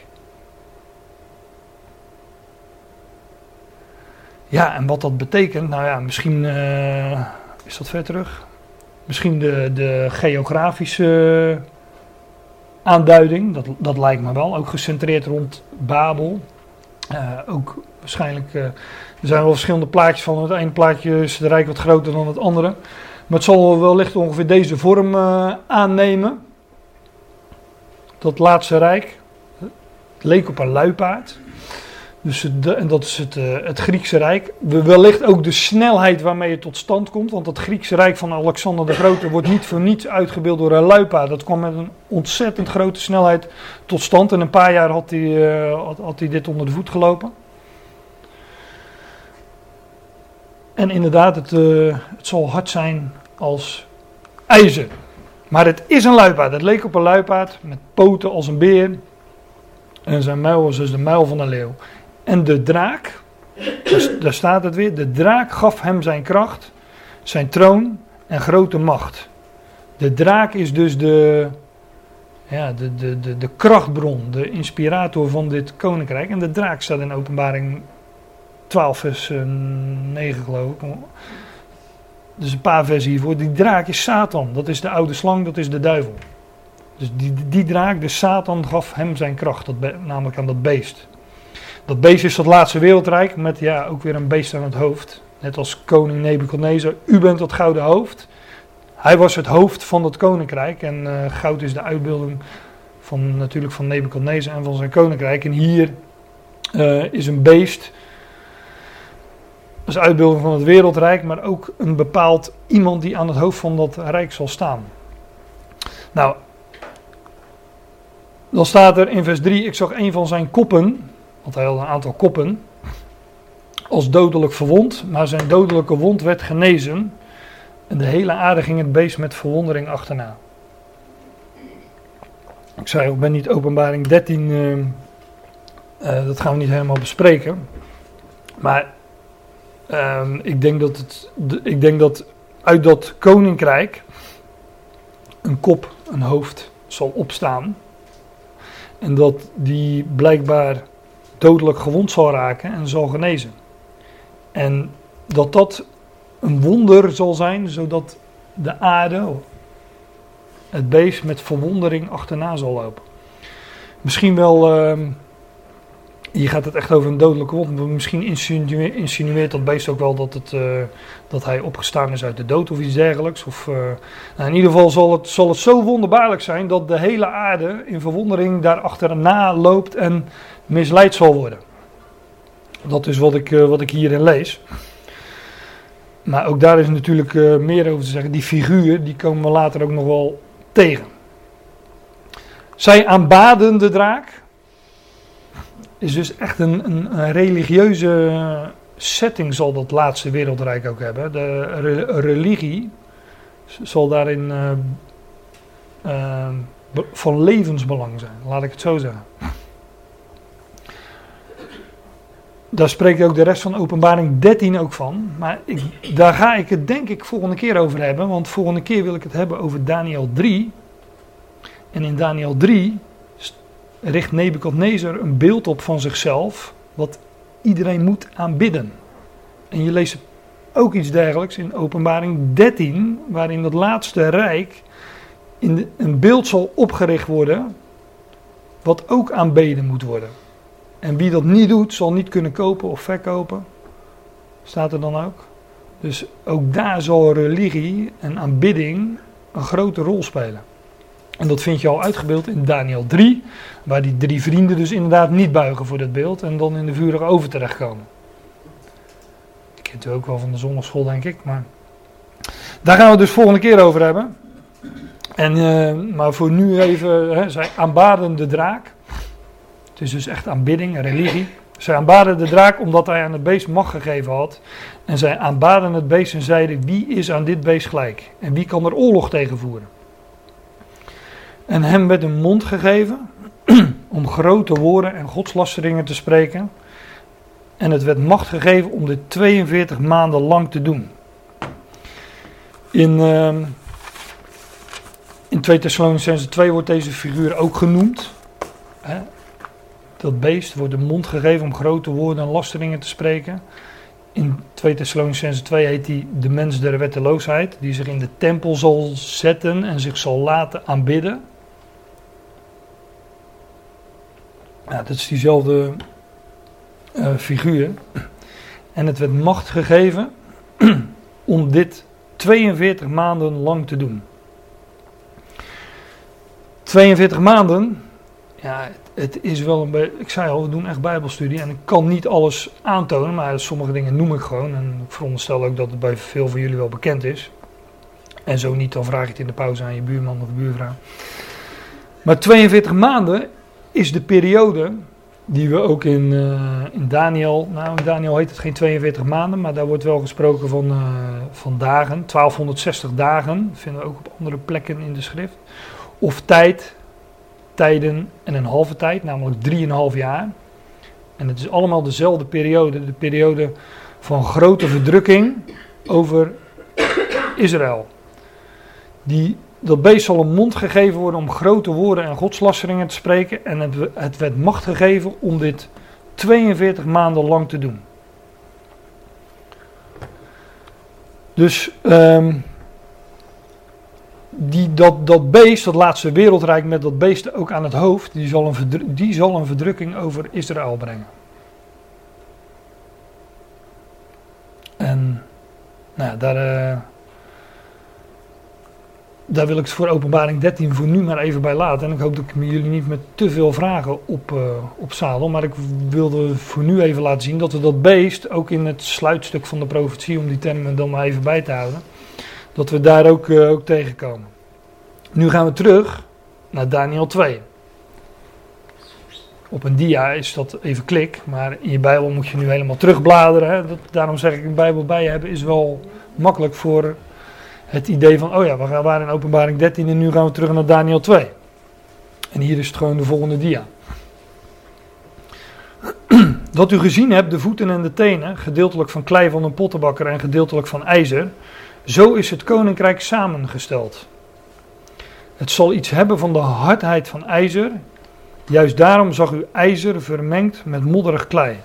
Ja, en wat dat betekent, nou ja, misschien is dat ver terug. Misschien de geografische aanduiding, dat lijkt me wel. Ook gecentreerd rond Babel. Ook waarschijnlijk, er zijn wel verschillende plaatjes van. Het ene plaatje is het rijk wat groter dan het andere. Maar het zal wellicht ongeveer deze vorm aannemen. Dat laatste rijk. Het leek op een luipaard. Dus en dat is het Griekse Rijk. Wellicht ook de snelheid waarmee het tot stand komt. Want het Griekse Rijk van Alexander de Grote wordt niet voor niets uitgebeeld door een luipaard. Dat kwam met een ontzettend grote snelheid tot stand. In een paar jaar had hij dit onder de voet gelopen. En inderdaad, het zal hard zijn als ijzer. Maar het is een luipaard. Het leek op een luipaard met poten als een beer. En zijn muil was dus de muil van een leeuw. En de draak, daar staat het weer, de draak gaf hem zijn kracht, zijn troon en grote macht. De draak is dus de krachtbron, de inspirator van dit koninkrijk. En de draak staat in Openbaring 12 vers 9 geloof ik. Dus een paar versen hiervoor. Die draak is Satan, dat is de oude slang, dat is de duivel. Dus die draak, de Satan, gaf hem zijn kracht, namelijk aan dat beest. Dat beest is dat laatste wereldrijk met ook weer een beest aan het hoofd. Net als koning Nebukadnezar, u bent dat gouden hoofd. Hij was het hoofd van dat koninkrijk en goud is de uitbeelding natuurlijk van Nebukadnezar en van zijn koninkrijk. En hier is een beest als uitbeelding van het wereldrijk, maar ook een bepaald iemand die aan het hoofd van dat rijk zal staan. Nou, dan staat er in vers 3, ik zag een van zijn koppen, want hij had een aantal koppen, als dodelijk verwond, maar zijn dodelijke wond werd genezen. En de hele aarde ging het beest met verwondering achterna. Ik zei, ik ben niet Openbaring 13, dat gaan we niet helemaal bespreken. Maar ik denk dat uit dat koninkrijk een kop, een hoofd zal opstaan. En dat die blijkbaar dodelijk gewond zal raken en zal genezen. En dat een wonder zal zijn, zodat de aarde, het beest met verwondering achterna zal lopen. Misschien wel, hier gaat het echt over een dodelijke wond, maar misschien insinueert dat beest ook wel dat hij opgestaan is uit de dood of iets dergelijks. Of, in ieder geval zal het zo wonderbaarlijk zijn dat de hele aarde in verwondering daar achterna loopt en misleid zal worden. Dat is wat ik hierin lees. Maar ook daar is natuurlijk meer over te zeggen. Die figuur, die komen we later ook nog wel tegen. Zij aanbaden de draak. Is dus echt een religieuze setting zal dat laatste wereldrijk ook hebben. De religie zal daarin van levensbelang zijn. Laat ik het zo zeggen. Daar spreekt ook de rest van Openbaring 13 ook van. Maar daar ga ik het denk ik volgende keer over hebben. Want volgende keer wil ik het hebben over Daniel 3. En in Daniel 3 richt Nebukadnezar een beeld op van zichzelf. Wat iedereen moet aanbidden. En je leest ook iets dergelijks in Openbaring 13. Waarin dat laatste rijk een beeld zal opgericht worden. Wat ook aanbeden moet worden. En wie dat niet doet, zal niet kunnen kopen of verkopen. Staat er dan ook. Dus ook daar zal religie en aanbidding een grote rol spelen. En dat vind je al uitgebeeld in Daniel 3. Waar die 3 vrienden dus inderdaad niet buigen voor dat beeld. En dan in de vurige oven terechtkomen. Dat kent u ook wel van de zondagschool denk ik. Maar daar gaan we het dus volgende keer over hebben. Maar voor nu even, zij aanbaden de draak. Het is dus echt aanbidding, religie. Zij aanbaden de draak omdat hij aan het beest macht gegeven had. En zij aanbaden het beest en zeiden, wie is aan dit beest gelijk? En wie kan er oorlog tegen voeren? En hem werd een mond gegeven om grote woorden en godslasteringen te spreken. En het werd macht gegeven om dit 42 maanden lang te doen. In 2 Thessalonicenzen 2 wordt deze figuur ook genoemd. Dat beest wordt de mond gegeven om grote woorden en lasteringen te spreken. In 2 Thessalonicenzen 2 heet hij de mens der wetteloosheid. Die zich in de tempel zal zetten en zich zal laten aanbidden. Ja, dat is diezelfde figuur. En het werd macht gegeven om dit 42 maanden lang te doen. 42 maanden, ja, het is wel een beetje, ik zei al, we doen echt bijbelstudie en ik kan niet alles aantonen, maar sommige dingen noem ik gewoon. En ik veronderstel ook dat het bij veel van jullie wel bekend is. En zo niet, dan vraag je het in de pauze aan je buurman of buurvrouw. Maar 42 maanden is de periode die we ook in Daniel, in Daniel heet het geen 42 maanden, maar daar wordt wel gesproken van dagen. 1260 dagen, vinden we ook op andere plekken in de schrift. Of tijden en een halve tijd, namelijk 3,5 jaar. En het is allemaal dezelfde periode, de periode van grote verdrukking over Israël. Dat beest zal een mond gegeven worden om grote woorden en godslasteringen te spreken. En het werd macht gegeven om dit 42 maanden lang te doen. Dus dat beest, dat laatste wereldrijk met dat beest ook aan het hoofd, die zal een verdrukking over Israël brengen. En nou ja, daar wil ik het voor Openbaring 13 voor nu maar even bij laten. En ik hoop dat ik jullie niet met te veel vragen op zadel. Maar ik wilde voor nu even laten zien dat we dat beest, ook in het sluitstuk van de profetie, om die termen dan maar even bij te houden, dat we daar ook tegenkomen. Nu gaan we terug naar Daniel 2. Op een dia is dat even klik, maar in je Bijbel moet je nu helemaal terugbladeren. Hè? Daarom zeg ik, een Bijbel bij je hebben is wel makkelijk voor het idee van, oh ja, we waren in Openbaring 13 en nu gaan we terug naar Daniel 2. En hier is het gewoon de volgende dia. Dat u gezien hebt de voeten en de tenen, gedeeltelijk van klei van een pottenbakker en gedeeltelijk van ijzer, zo is het koninkrijk samengesteld. Het zal iets hebben van de hardheid van ijzer, juist daarom zag u ijzer vermengd met modderig klei.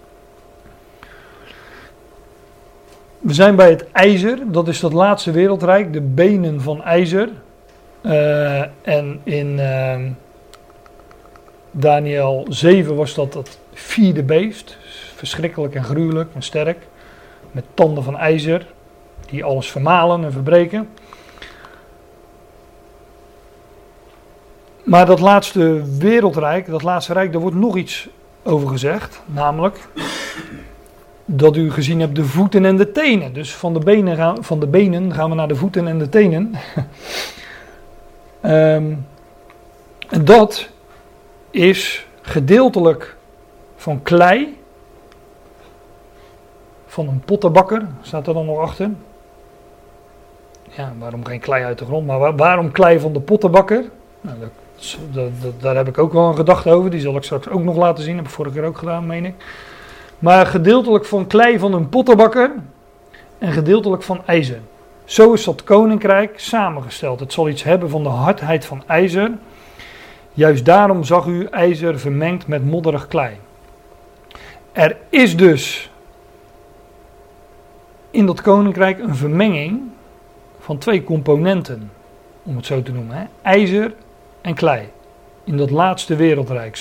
We zijn bij het ijzer, dat is dat laatste wereldrijk, de benen van ijzer. En in Daniel 7 was dat vierde beest, verschrikkelijk en gruwelijk en sterk, met tanden van ijzer, die alles vermalen en verbreken. Maar dat laatste wereldrijk, dat laatste rijk, daar wordt nog iets over gezegd, namelijk dat u gezien hebt de voeten en de tenen. Dus van de benen gaan we naar de voeten en de tenen. En dat is gedeeltelijk van klei, van een pottenbakker, staat er dan nog achter. Ja, waarom geen klei uit de grond, maar waarom klei van de pottenbakker? Nou, daar heb ik ook wel een gedachte over, die zal ik straks ook nog laten zien, heb ik vorige keer ook gedaan, meen ik. Maar gedeeltelijk van klei van een pottenbakker en gedeeltelijk van ijzer. Zo is dat koninkrijk samengesteld. Het zal iets hebben van de hardheid van ijzer. Juist daarom zag u ijzer vermengd met modderig klei. Er is dus in dat koninkrijk een vermenging van twee componenten, om het zo te noemen. Hè? IJzer en klei. In dat laatste wereldrijk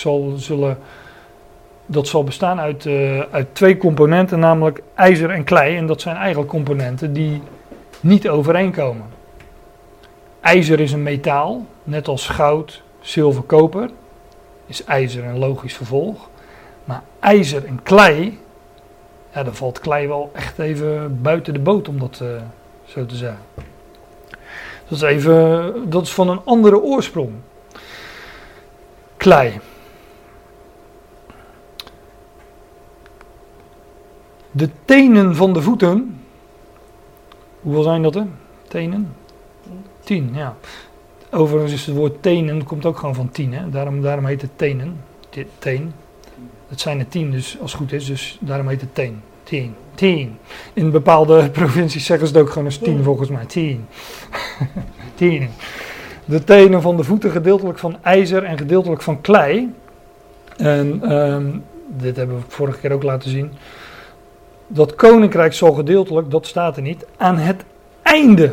dat zal bestaan uit twee componenten, namelijk ijzer en klei. En dat zijn eigenlijk componenten die niet overeenkomen. IJzer is een metaal, net als goud, zilver, koper. Is ijzer een logisch vervolg. Maar ijzer en klei, ja, dan valt klei wel echt even buiten de boot, om dat zo te zeggen. Dat is van een andere oorsprong. Klei. De tenen van de voeten. Hoeveel zijn dat er? Tenen? 10, ja. Overigens is het woord tenen, komt ook gewoon van 10. Hè? Daarom heet het tenen. Teen. Dat zijn er 10 dus, als het goed is. Dus daarom heet het teen. 10. In bepaalde provincies zeggen ze het ook gewoon als 10 volgens mij. 10. 10. De tenen van de voeten gedeeltelijk van ijzer en gedeeltelijk van klei. En dit hebben we vorige keer ook laten zien. Dat koninkrijk zal gedeeltelijk, dat staat er niet, aan het einde.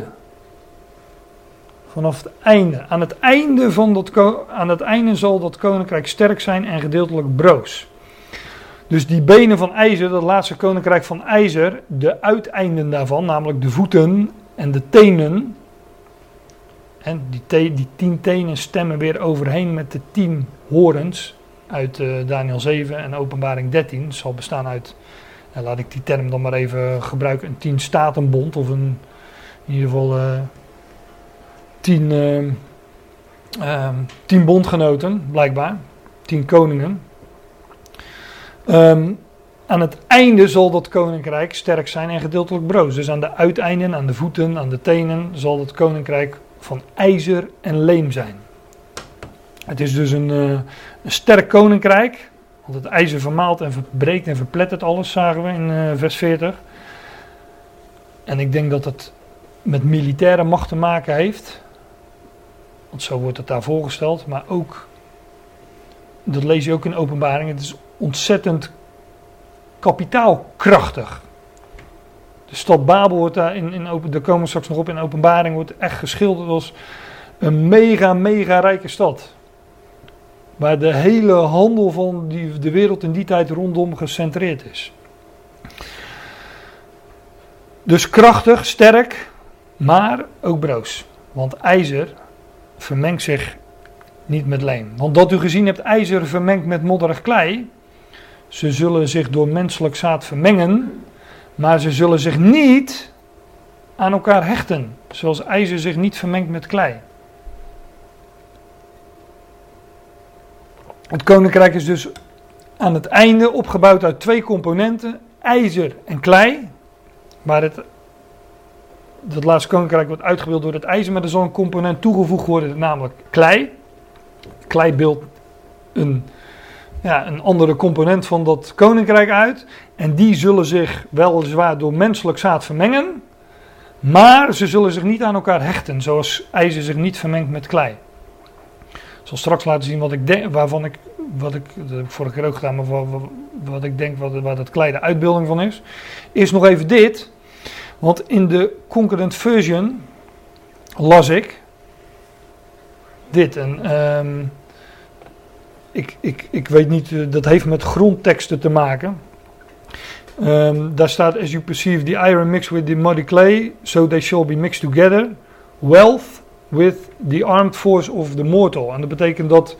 Vanaf het einde. Aan het einde zal dat koninkrijk sterk zijn en gedeeltelijk broos. Dus die benen van ijzer, dat laatste koninkrijk van ijzer, de uiteinden daarvan, namelijk de voeten en de tenen. En die 10 tenen stemmen weer overheen met de 10 horens uit Daniel 7 en Openbaring 13. Het zal bestaan uit, laat ik die term dan maar even gebruiken, een 10 statenbond of in ieder geval 10 bondgenoten, blijkbaar. 10 koningen. Aan het einde zal dat koninkrijk sterk zijn en gedeeltelijk broos. Dus aan de uiteinden, aan de voeten, aan de tenen zal het koninkrijk van ijzer en leem zijn. Het is dus een sterk koninkrijk. Want het ijzer vermaalt en verbreekt en verplettert alles, zagen we in vers 40. En ik denk dat het met militaire macht te maken heeft. Want zo wordt het daar voorgesteld. Maar ook, dat lees je ook in Openbaring, het is ontzettend kapitaalkrachtig. De stad Babel wordt daar, daar komen we straks nog op, in Openbaring wordt echt geschilderd als Een mega rijke stad. Waar de hele handel van de wereld in die tijd rondom gecentreerd is. Dus krachtig, sterk, maar ook broos. Want ijzer vermengt zich niet met leem. Want dat u gezien hebt, ijzer vermengt met modderig klei. Ze zullen zich door menselijk zaad vermengen, maar ze zullen zich niet aan elkaar hechten. Zoals ijzer zich niet vermengt met klei. Het koninkrijk is dus aan het einde opgebouwd uit 2 componenten, ijzer en klei. Maar dat laatste koninkrijk wordt uitgebeeld door het ijzer, maar er zal een component toegevoegd worden, namelijk klei. Klei beeldt een andere component van dat koninkrijk uit. En die zullen zich weliswaar door menselijk zaad vermengen, maar ze zullen zich niet aan elkaar hechten, zoals ijzer zich niet vermengt met klei. Ik zal straks laten zien wat ik denk, dat heb ik vorige keer ook gedaan, maar wat ik denk waar dat klei de uitbeelding van is. Eerst nog even dit, want in de Concordant Version las ik dit. En ik weet niet, dat heeft met grondteksten te maken. Daar staat, as you perceive the iron mixed with the muddy clay, so they shall be mixed together. Wealth with the armed force of the mortal. En dat betekent dat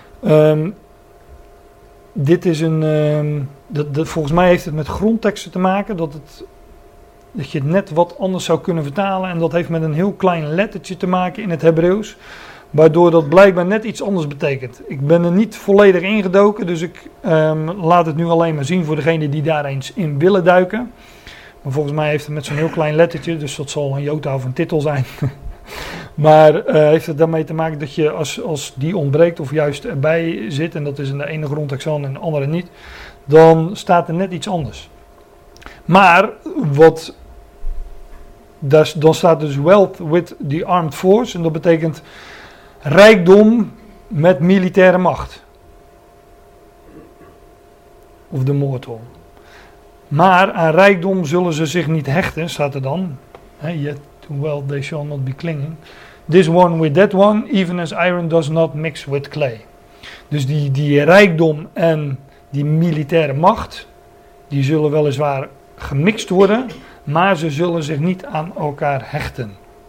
dit is volgens mij heeft het met grondteksten te maken, dat je het net wat anders zou kunnen vertalen. En dat heeft met een heel klein lettertje te maken in het Hebreeuws, waardoor dat blijkbaar net iets anders betekent. Ik ben er niet volledig ingedoken, dus ik laat het nu alleen maar zien voor degenen die daar eens in willen duiken. Maar volgens mij heeft het met zo'n heel klein lettertje, dus dat zal een jota of een titel zijn. Maar heeft het daarmee te maken dat je als die ontbreekt of juist erbij zit, en dat is in de ene grondtekst wel en in de andere niet, dan staat er net iets anders. Maar dan staat dus wealth with the armed force, en dat betekent rijkdom met militaire macht. Of de mortal. Maar aan rijkdom zullen ze zich niet hechten, staat er dan. Yet to wealth they shall not be clinging. This one with that one, even as iron does not mix with clay. Dus die rijkdom en die militaire macht, die zullen weliswaar gemixt worden, maar ze zullen zich niet aan elkaar hechten.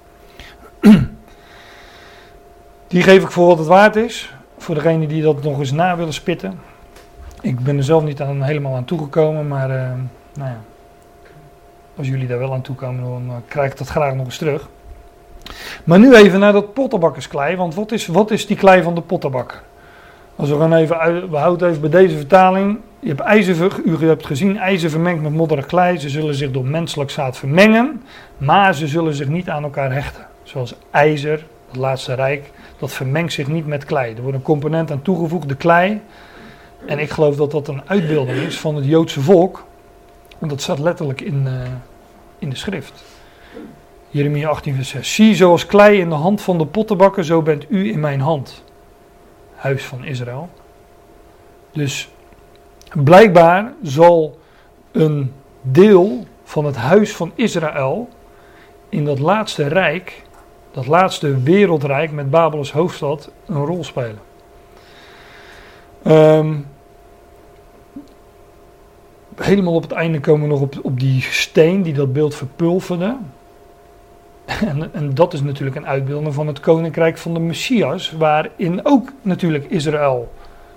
Die geef ik voor wat het waard is. Voor degenen die dat nog eens na willen spitten. Ik ben er zelf niet helemaal aan toegekomen, maar als jullie daar wel aan toekomen, dan krijg ik dat graag nog eens terug. Maar nu even naar dat pottenbakkersklei, want wat is die klei van de pottenbakker? Als we gaan we houden even bij deze vertaling. U hebt gezien, ijzer vermengd met modderig klei. Ze zullen zich door menselijk zaad vermengen, maar ze zullen zich niet aan elkaar hechten. Zoals ijzer, het laatste rijk, dat vermengt zich niet met klei. Er wordt een component aan toegevoegd, de klei. En ik geloof dat dat een uitbeelding is van het Joodse volk. Want dat staat letterlijk in de schrift. Jeremia 18 vers 6. Zie, zoals klei in de hand van de pottenbakker, zo bent u in mijn hand. Huis van Israël. Dus blijkbaar zal een deel van het huis van Israël in dat laatste rijk, dat laatste wereldrijk met Babel als hoofdstad, een rol spelen. Helemaal op het einde komen we nog op die steen die dat beeld verpulverde. En dat is natuurlijk een uitbeelding van het koninkrijk van de Messias, waarin ook natuurlijk Israël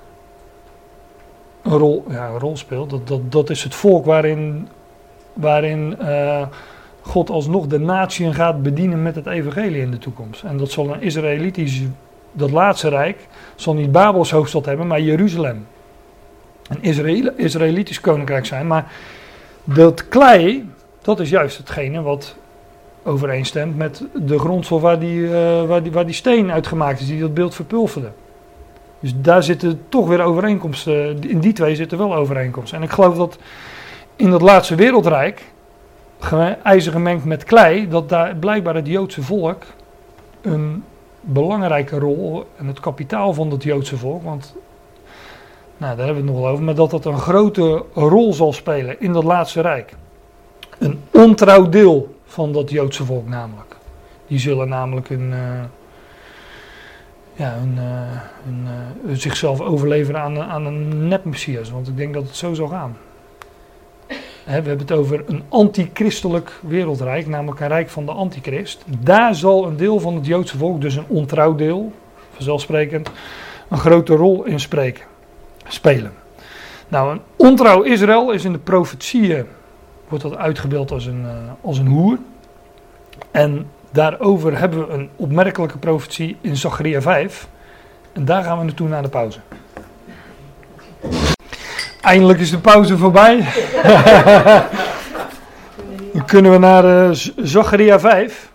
een rol speelt. Dat is het volk waarin God alsnog de natieën gaat bedienen met het evangelie in de toekomst. En dat zal dat laatste rijk zal niet Babel als hoofdstad hebben, maar Jeruzalem. Een Israëlitisch koninkrijk zijn, maar dat klei, dat is juist hetgene wat overeenstemt met de grondstof waar die steen uitgemaakt is, die dat beeld verpulverde. Dus daar zitten toch weer overeenkomsten, in die twee zitten wel overeenkomsten. En ik geloof dat in dat laatste wereldrijk, ijzer gemengd met klei, dat daar blijkbaar het Joodse volk een belangrijke rol, en het kapitaal van het Joodse volk, want daar hebben we het nog wel over, maar dat een grote rol zal spelen in dat laatste rijk. Een ontrouw deel van dat Joodse volk namelijk. Die zullen namelijk zichzelf overleveren aan een nep-messias. Want ik denk dat het zo zal gaan. We hebben het over een antichristelijk wereldrijk, namelijk een rijk van de antichrist. Daar zal een deel van het Joodse volk, dus een ontrouw deel, vanzelfsprekend, een grote rol in spelen. Nou, een ontrouw Israël is in de profetieën, wordt dat uitgebeeld als een hoer. En daarover hebben we een opmerkelijke profetie in Zacharia 5. En daar gaan we naartoe na de pauze. Eindelijk is de pauze voorbij. Dan kunnen we naar Zacharia 5.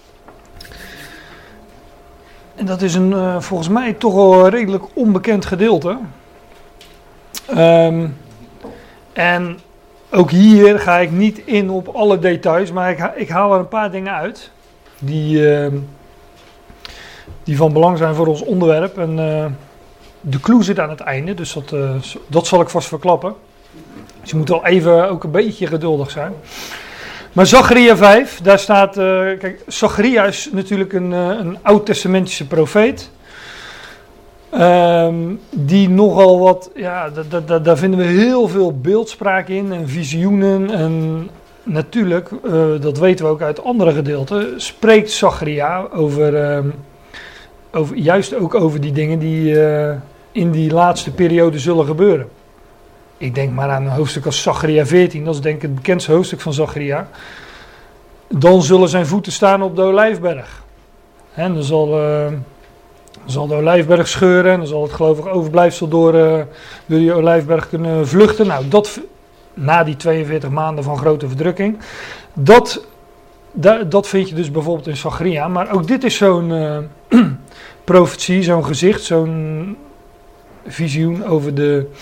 En dat is volgens mij toch wel een redelijk onbekend gedeelte. En ook hier ga ik niet in op alle details, maar ik haal er een paar dingen uit die van belang zijn voor ons onderwerp. En de clue zit aan het einde, dus dat zal ik vast verklappen. Dus je moet wel even ook een beetje geduldig zijn. Maar Zacharia 5, daar staat, kijk, Zacharia is natuurlijk een oud-testamentische profeet. Die nogal wat, ja, daar vinden we heel veel beeldspraak in en visioenen. En natuurlijk, dat weten we ook uit andere gedeelten, spreekt Zacharia juist ook over die dingen die in die laatste periode zullen gebeuren. Ik denk maar aan een hoofdstuk als Zacharia 14, dat is denk ik het bekendste hoofdstuk van Zacharia. Dan zullen zijn voeten staan op de Olijfberg. En dan zal de Olijfberg scheuren en dan zal het gelovig overblijfsel door die Olijfberg kunnen vluchten. Nou, dat na die 42 maanden van grote verdrukking. Dat vind je dus bijvoorbeeld in Zacharia. Maar ook dit is zo'n profetie, zo'n gezicht, zo'n visioen over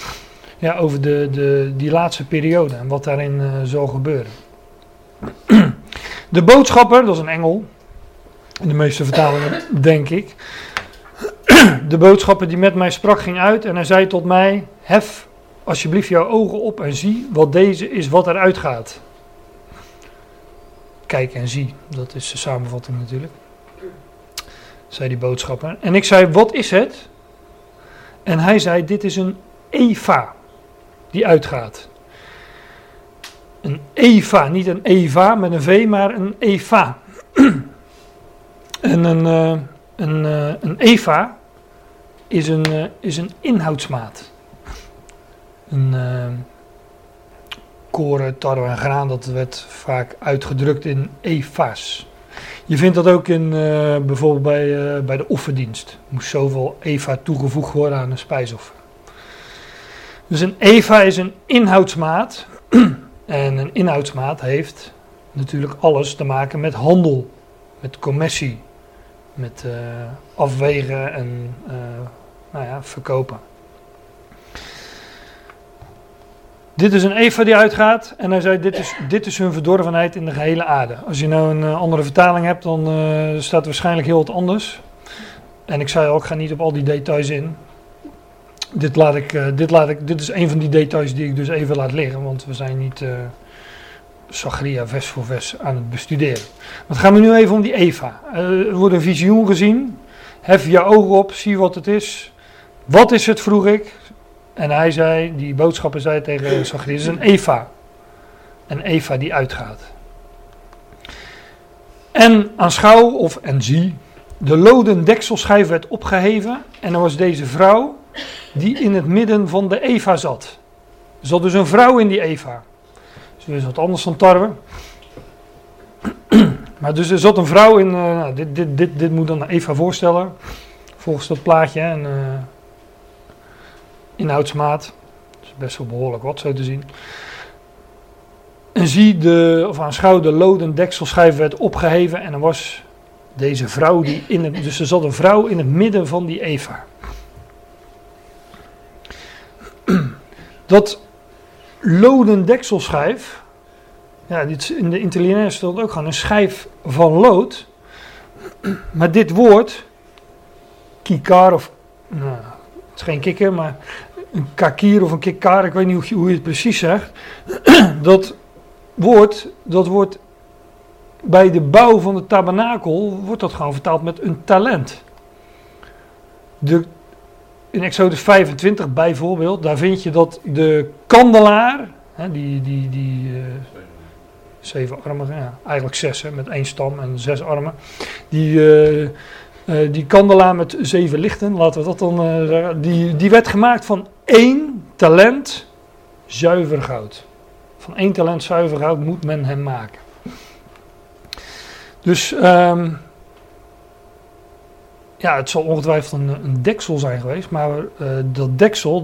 die laatste periode en wat daarin zal gebeuren. De boodschapper, dat is een engel, in de meeste vertalingen denk ik. De boodschapper die met mij sprak ging uit en hij zei tot mij: hef alsjeblieft jouw ogen op en zie wat deze is wat eruit gaat. Kijk en zie, dat is de samenvatting natuurlijk. Zei die boodschapper. En ik zei: wat is het? En hij zei: dit is een Eva die uitgaat. Een Eva, niet een Eva met een V, maar een Eva. En een Eva is een inhoudsmaat. Koren, tarwe en graan, dat werd vaak uitgedrukt in Eva's. Je vindt dat ook in bijvoorbeeld bij de offerdienst. Er moest zoveel Eva toegevoegd worden aan een spijsoffer. Dus een Eva is een inhoudsmaat. En een inhoudsmaat heeft natuurlijk alles te maken met handel, met commercie, met afwegen en verkopen. Dit is een Eva die uitgaat en hij zei: dit is hun verdorvenheid in de gehele aarde. Als je nou een andere vertaling hebt, dan staat er waarschijnlijk heel wat anders. En ik zei al, ik ga niet op al die details in. Dit is een van die details die ik dus even laat liggen, want we zijn niet Zacharia vers voor vers aan het bestuderen. Maar het gaat me nu even om die Eva. Er wordt een visioen gezien. Hef je ogen op, zie wat het is. Wat is het, vroeg ik. En hij zei, die boodschapper zei tegen Zacharia: het is een Eva. Een Eva die uitgaat. En aanschouw, en zie, de loden dekselschijf werd opgeheven. En er was deze vrouw die in het midden van de Eva zat. Er zat dus een vrouw in die Eva. Dus dat is wat anders dan tarwe. Maar dus er zat een vrouw in, dit moet dan Eva voorstellen. Volgens dat plaatje, een inhoudsmaat. Dat is best wel behoorlijk wat, zo te zien. En aanschouw de loden dekselschijf werd opgeheven. En er was deze vrouw dus er zat een vrouw in het midden van die Eva. Dat loden dekselschijf, ja, in de interlineair stond ook gewoon een schijf van lood. Maar dit woord, kikar of, nou, het is geen kikker, maar een kakir of een kikar, ik weet niet hoe je het precies zegt. Dat wordt bij de bouw van de tabernakel, wordt dat gewoon vertaald met een talent. In Exodus 25 bijvoorbeeld, daar vind je dat de kandelaar, hè, die 7 armen, ja, eigenlijk 6, hè, met 1 stam en 6 armen, die kandelaar met 7 lichten, laten we dat dan zeggen, die werd gemaakt van 1 talent zuiver goud. Van 1 talent zuiver goud moet men hem maken. Dus ja, het zal ongetwijfeld een deksel zijn geweest, maar dat deksel,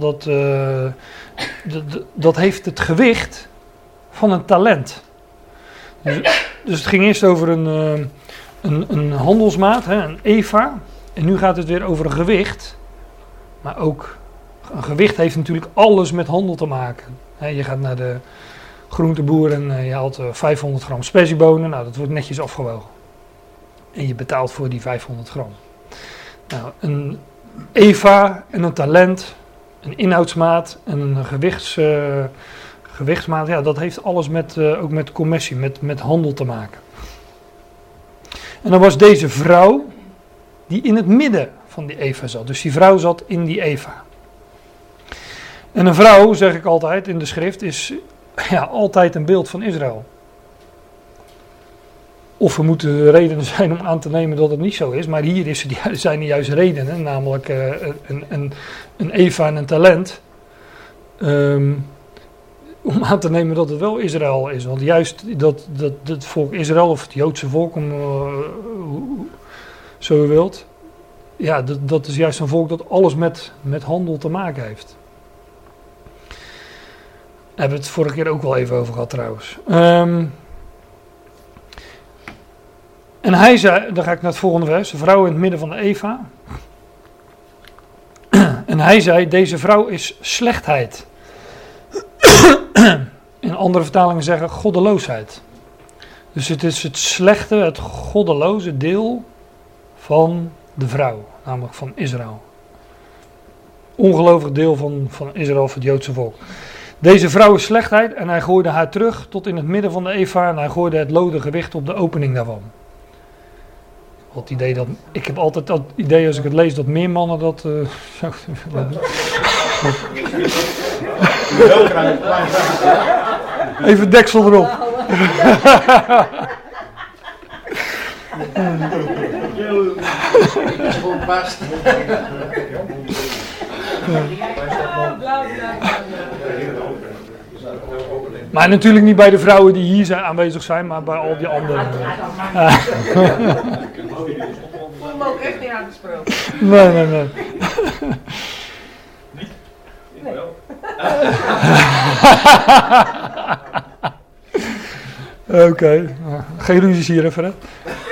dat heeft het gewicht van een talent. Dus het ging eerst over een handelsmaat, hè, een eva, en nu gaat het weer over een gewicht. Maar ook een gewicht heeft natuurlijk alles met handel te maken. Je gaat naar de groenteboer en je haalt 500 gram sperziebonen, nou dat wordt netjes afgewogen. En je betaalt voor die 500 gram. Nou, een eva en een talent, een inhoudsmaat en een gewichtsmaat, ja, dat heeft alles ook met commercie, met handel te maken. En dan was deze vrouw die in het midden van die eva zat. Dus die vrouw zat in die eva. En een vrouw, zeg ik altijd in de schrift, is altijd een beeld van Israël. Of er moeten redenen zijn om aan te nemen dat het niet zo is. Maar hier zijn er juist redenen, namelijk een eva en een talent. Om aan te nemen dat het wel Israël is. Want juist dat het volk Israël, of het Joodse volk, zo u wilt. Ja, dat is juist een volk dat alles met handel te maken heeft. Daar hebben we het vorige keer ook wel even over gehad trouwens. En hij zei, dan ga ik naar het volgende vers, de vrouw in het midden van de eva. En hij zei, deze vrouw is slechtheid. In andere vertalingen zeggen goddeloosheid. Dus het is het slechte, het goddeloze deel van de vrouw, namelijk van Israël. Ongelovig deel van Israël, of het Joodse volk. Deze vrouw is slechtheid en hij gooide haar terug tot in het midden van de eva en hij gooide het lode gewicht op de opening daarvan. Ik heb altijd dat idee als ik het lees dat meer mannen dat zo even deksel erop. Maar natuurlijk niet bij de vrouwen die hier aanwezig zijn, maar bij al die anderen. Voel me ook echt niet aangesproken. Nee. Niet? Ik wel. Oké. Geen ruzies hier even, hè?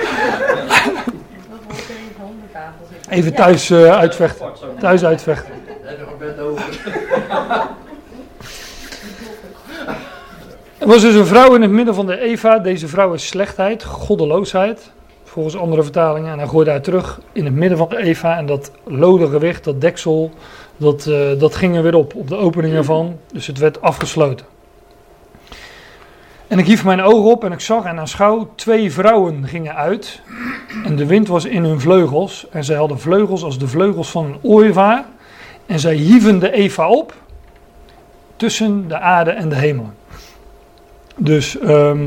Even thuis uitvechten. Thuis uitvechten. Er was dus een vrouw in het midden van de eva. Deze vrouw is slechtheid, goddeloosheid. Volgens andere vertalingen. En hij gooide haar terug in het midden van de eva. En dat lode gewicht, dat deksel, dat ging er weer op de opening ervan. Dus het werd afgesloten. En ik hief mijn ogen op en ik zag en aanschouw 2 vrouwen gingen uit. En de wind was in hun vleugels. En zij hadden vleugels als de vleugels van een ooievaar. En zij hieven de eva op tussen de aarde en de hemel. Dus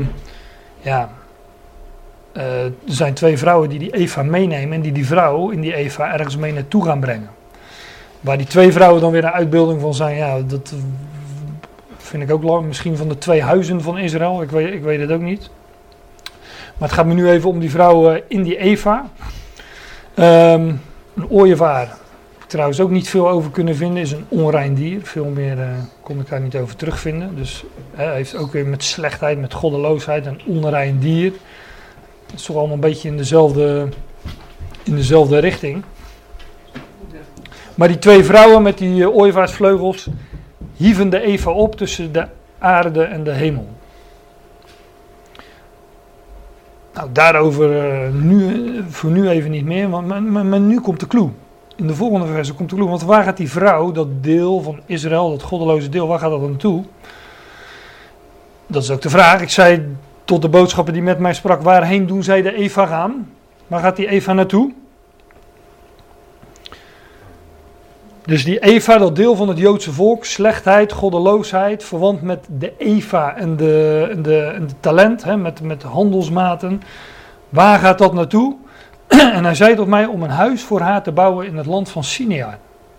er zijn 2 vrouwen die eva meenemen en die vrouw in die eva ergens mee naartoe gaan brengen. Waar die 2 vrouwen dan weer een uitbeelding van zijn, ja, dat vind ik ook lang, misschien van de 2 huizen van Israël, ik weet het ook niet. Maar het gaat me nu even om die vrouw in die eva. Een ooievaar, heb ik trouwens ook niet veel over kunnen vinden, is een onrein dier. Veel meer kon ik daar niet over terugvinden. Dus hij heeft ook weer met slechtheid, met goddeloosheid, een onrein dier. Het is toch allemaal een beetje in dezelfde richting. Maar die 2 vrouwen met die ooievaarsvleugels hieven de eva op tussen de aarde en de hemel. Nou, daarover voor nu even niet meer, maar nu komt de clue. In de volgende verse komt de clue. Want waar gaat die vrouw, dat deel van Israël, dat goddeloze deel, waar gaat dat naartoe? Dat is ook de vraag. Ik zei tot de boodschapper die met mij sprak, waarheen doen zij de eva gaan? Waar gaat die eva naartoe? Dus die Eva, dat deel van het Joodse volk, slechtheid, goddeloosheid, verwant met de Eva en de talent, hè, met handelsmaten. Waar gaat dat naartoe? En hij zei tot mij om een huis voor haar te bouwen in het land van Sinear.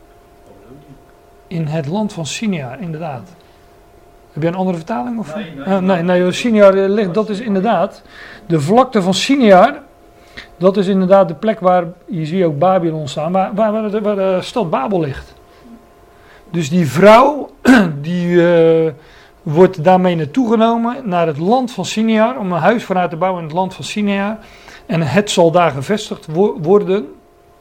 In het land van Sinear, inderdaad. Heb je een andere vertaling? Of? Nee, Sinear ligt, dat is inderdaad de vlakte van Sinear. Dat is inderdaad de plek waar, je ziet ook Babylon staan, waar de stad Babel ligt. Dus die vrouw, die wordt daarmee naartoe genomen naar het land van Sinear, om een huis voor haar te bouwen in het land van Sinear. En het zal daar gevestigd worden.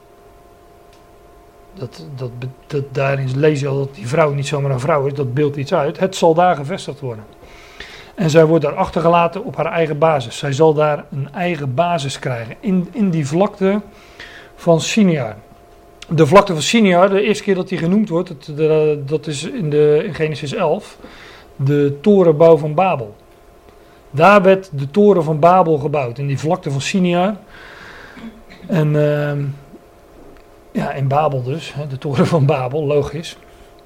Daarin lees je al dat die vrouw niet zomaar een vrouw is, dat beeldt iets uit. Het zal daar gevestigd worden. En zij wordt daar achtergelaten op haar eigen basis. Zij zal daar een eigen basis krijgen. In die vlakte van Sinear. De vlakte van Sinear, de eerste keer dat die genoemd wordt, dat is in Genesis 11. De torenbouw van Babel. Daar werd de toren van Babel gebouwd. In die vlakte van Sinear. En in Babel dus. De toren van Babel, logisch.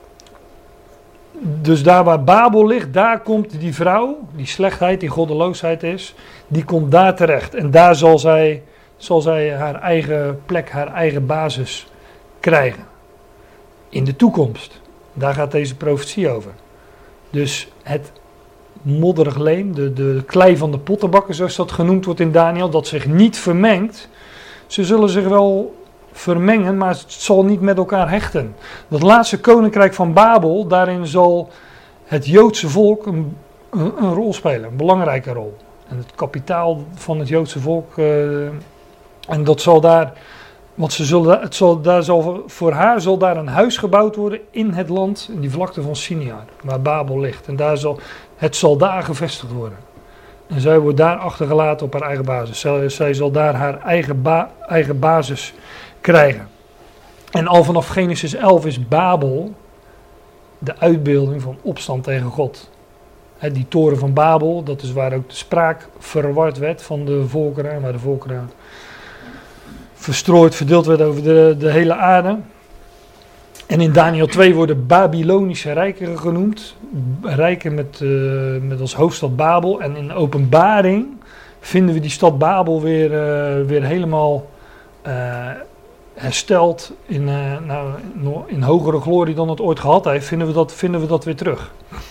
Dus daar waar Babel ligt, daar komt die vrouw, die slechtheid, die goddeloosheid is, die komt daar terecht. En daar zal zij haar eigen plek, haar eigen basis krijgen. In de toekomst. Daar gaat deze profetie over. Dus het modderig leem, de klei van de pottenbakker, zoals dat genoemd wordt in Daniel, dat zich niet vermengt. Ze zullen zich wel vermengen, maar het zal niet met elkaar hechten. Dat laatste koninkrijk van Babel, daarin zal het Joodse volk een rol spelen, een belangrijke rol. En het kapitaal van het Joodse volk, en dat zal daar, want voor haar zal daar een huis gebouwd worden in het land, in die vlakte van Sinear, waar Babel ligt. En het zal daar gevestigd worden. En zij wordt daar achtergelaten op haar eigen basis. Zij zal daar haar eigen basis krijgen. En al vanaf Genesis 11 is Babel de uitbeelding van opstand tegen God. Die toren van Babel, dat is waar ook de spraak verward werd van de volkeren. En waar de volkeren verstrooid, verdeeld werden over de hele aarde. En in Daniel 2 worden Babylonische rijken genoemd. Rijken met als hoofdstad Babel. En in Openbaring vinden we die stad Babel weer helemaal hersteld in hogere glorie dan het ooit gehad heeft. Vinden we dat weer terug.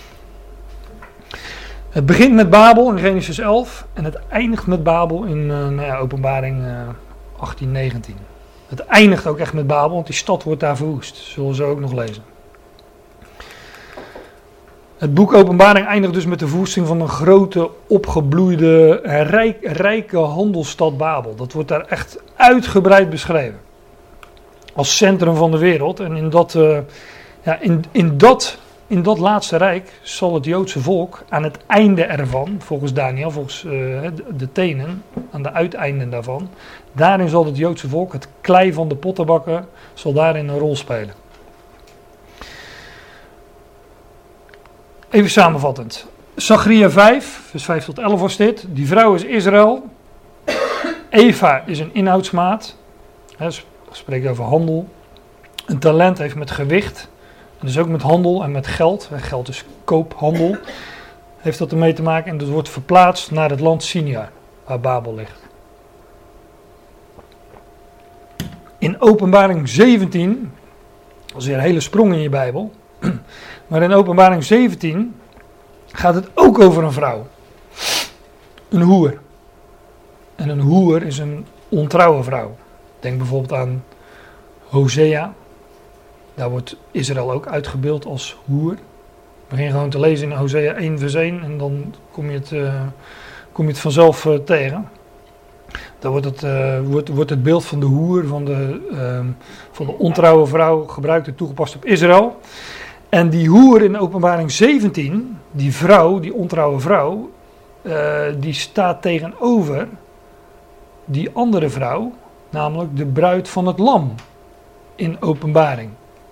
Het begint met Babel in Genesis 11 en het eindigt met Babel in Openbaring 18, 19. Het eindigt ook echt met Babel, want die stad wordt daar verwoest. Zullen we zo ook nog lezen. Het boek Openbaring eindigt dus met de verwoesting van een grote, opgebloeide, rijke handelsstad Babel. Dat wordt daar echt uitgebreid beschreven. Als centrum van de wereld. En in dat laatste rijk zal het Joodse volk aan het einde ervan, volgens Daniel, volgens de tenen, aan de uiteinden daarvan, daarin zal het Joodse volk, het klei van de pottenbakker, zal daarin een rol spelen. Even samenvattend. Zacharia 5, vers 5 tot 11 was dit. Die vrouw is Israël. Eva is een inhoudsmaat. Het spreekt over handel. Een talent heeft met gewicht. En dus ook met handel en met geld. Geld is koophandel. Heeft dat ermee te maken. En dat wordt verplaatst naar het land Sinear, waar Babel ligt. In Openbaring 17, dat is weer een hele sprong in je Bijbel. Maar in Openbaring 17 gaat het ook over een vrouw. Een hoer. En een hoer is een ontrouwe vrouw. Denk bijvoorbeeld aan Hosea. Daar wordt Israël ook uitgebeeld als hoer. Begin gewoon te lezen in Hosea 1 vers 1 en dan kom je het vanzelf tegen. Daar wordt het beeld van de hoer, van de ontrouwe vrouw gebruikt en toegepast op Israël. En die hoer in Openbaring 17, die vrouw, die ontrouwe vrouw, die staat tegenover die andere vrouw, namelijk de bruid van het lam in Openbaring.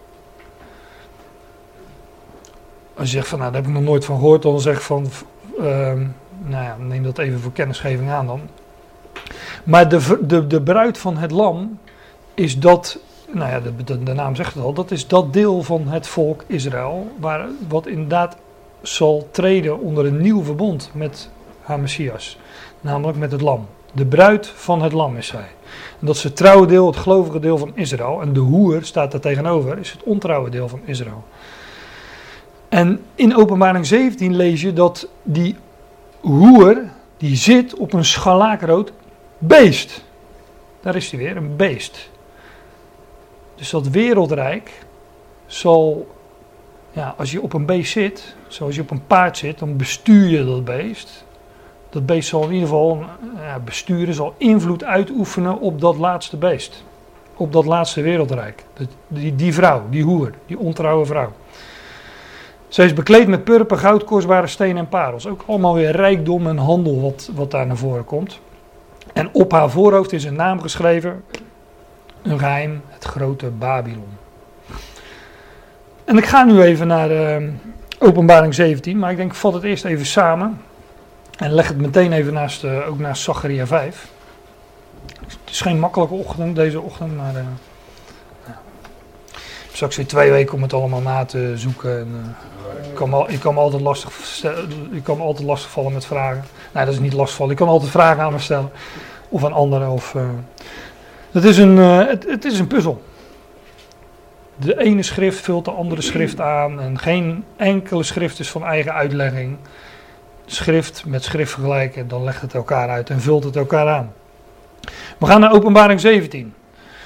Als je zegt van, nou, daar heb ik nog nooit van gehoord, dan zeg ik van, neem dat even voor kennisgeving aan dan. Maar de bruid van het lam is dat nou ja, de naam zegt het al, dat is dat deel van het volk Israël, wat inderdaad zal treden onder een nieuw verbond met haar Messias, namelijk met het lam. De bruid van het lam is zij. En dat is het trouwe deel, het gelovige deel van Israël. En de hoer staat daar tegenover, is het ontrouwe deel van Israël. En in Openbaring 17 lees je dat die hoer, die zit op een scharlakenrood beest. Daar is hij weer, een beest. Dus dat wereldrijk zal, ja, als je op een beest zit, zoals je op een paard zit, dan bestuur je dat beest. Dat beest zal in ieder geval besturen, zal invloed uitoefenen op dat laatste beest. Op dat laatste wereldrijk. Die vrouw, die hoer, die ontrouwe vrouw. Zij is bekleed met purper, goud, kostbare stenen en parels. Ook allemaal weer rijkdom en handel wat daar naar voren komt. En op haar voorhoofd is een naam geschreven. Een geheim, het grote Babylon. En ik ga nu even naar Openbaring 17, maar ik denk ik vat het eerst even samen. En leg het meteen even ook naast Zacharia 5. Het is geen makkelijke ochtend deze ochtend, maar straks weer 2 weken om het allemaal na te zoeken. En, ik kan me altijd lastig vallen met vragen. Nee, dat is niet lastigvallen. Ik kan altijd vragen aan me stellen. Of aan anderen. Het is een puzzel. De ene schrift vult de andere schrift aan. En geen enkele schrift is van eigen uitlegging. Schrift met schrift vergelijken. Dan legt het elkaar uit en vult het elkaar aan. We gaan naar Openbaring 17.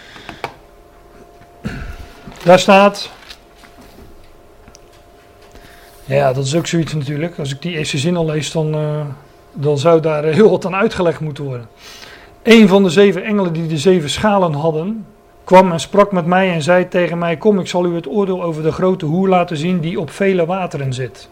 Daar staat... Ja, dat is ook zoiets natuurlijk. Als ik die eerste zin al lees, dan zou daar heel wat aan uitgelegd moeten worden. Een van de 7 engelen die de 7 schalen hadden, kwam en sprak met mij en zei tegen mij: kom, ik zal u het oordeel over de grote hoer laten zien die op vele wateren zit.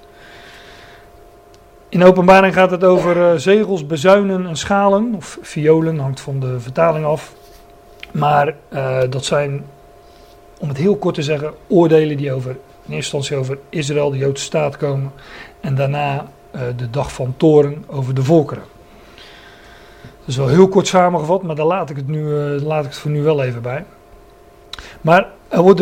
In Openbaring gaat het over zegels, bezuinen en schalen, of violen, hangt van de vertaling af. Maar dat zijn, om het heel kort te zeggen, oordelen die in eerste instantie over Israël, de Joodse staat, komen. En daarna de dag van toorn over de volkeren. Dat is wel heel kort samengevat, maar daar laat ik het voor nu wel even bij. Maar er wordt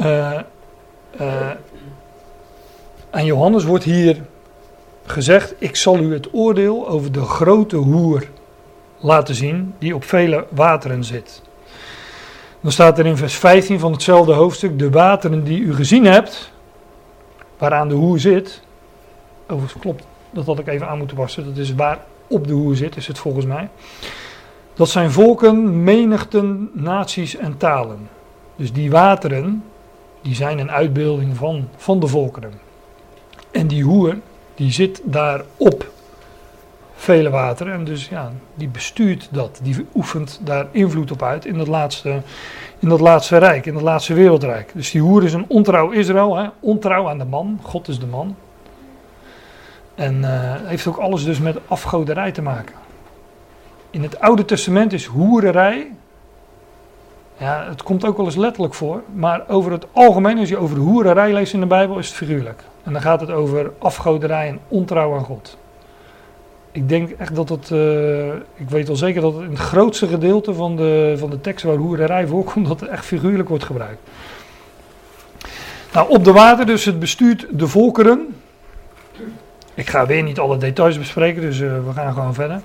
aan Johannes wordt hier gezegd: ik zal u het oordeel over de grote hoer laten zien die op vele wateren zit. Dan staat er in vers 15 van hetzelfde hoofdstuk: de wateren die u gezien hebt, waaraan de hoer zit. Overigens klopt, dat had ik even aan moeten passen. Dat is waar op de hoer zit, is het volgens mij. Dat zijn volken, menigten, naties en talen. Dus die wateren, die zijn een uitbeelding van de volkeren. En die hoer, die zit daar op vele wateren. En dus ja, die bestuurt dat. Die oefent daar invloed op uit in dat laatste rijk, in dat laatste wereldrijk. Dus die hoer is een ontrouw Israël, hè? Ontrouw aan de man. God is de man. En heeft ook alles dus met afgoderij te maken. In het Oude Testament is hoererij, ja, het komt ook wel eens letterlijk voor, maar over het algemeen, als je over de hoererij leest in de Bijbel, is het figuurlijk. En dan gaat het over afgoderij en ontrouw aan God. Ik denk echt dat ik weet wel zeker dat het in het grootste gedeelte van de tekst waar hoererij voorkomt, dat het echt figuurlijk wordt gebruikt. Nou, op de water, dus het bestuurt de volkeren. Ik ga weer niet alle details bespreken, dus we gaan gewoon verder.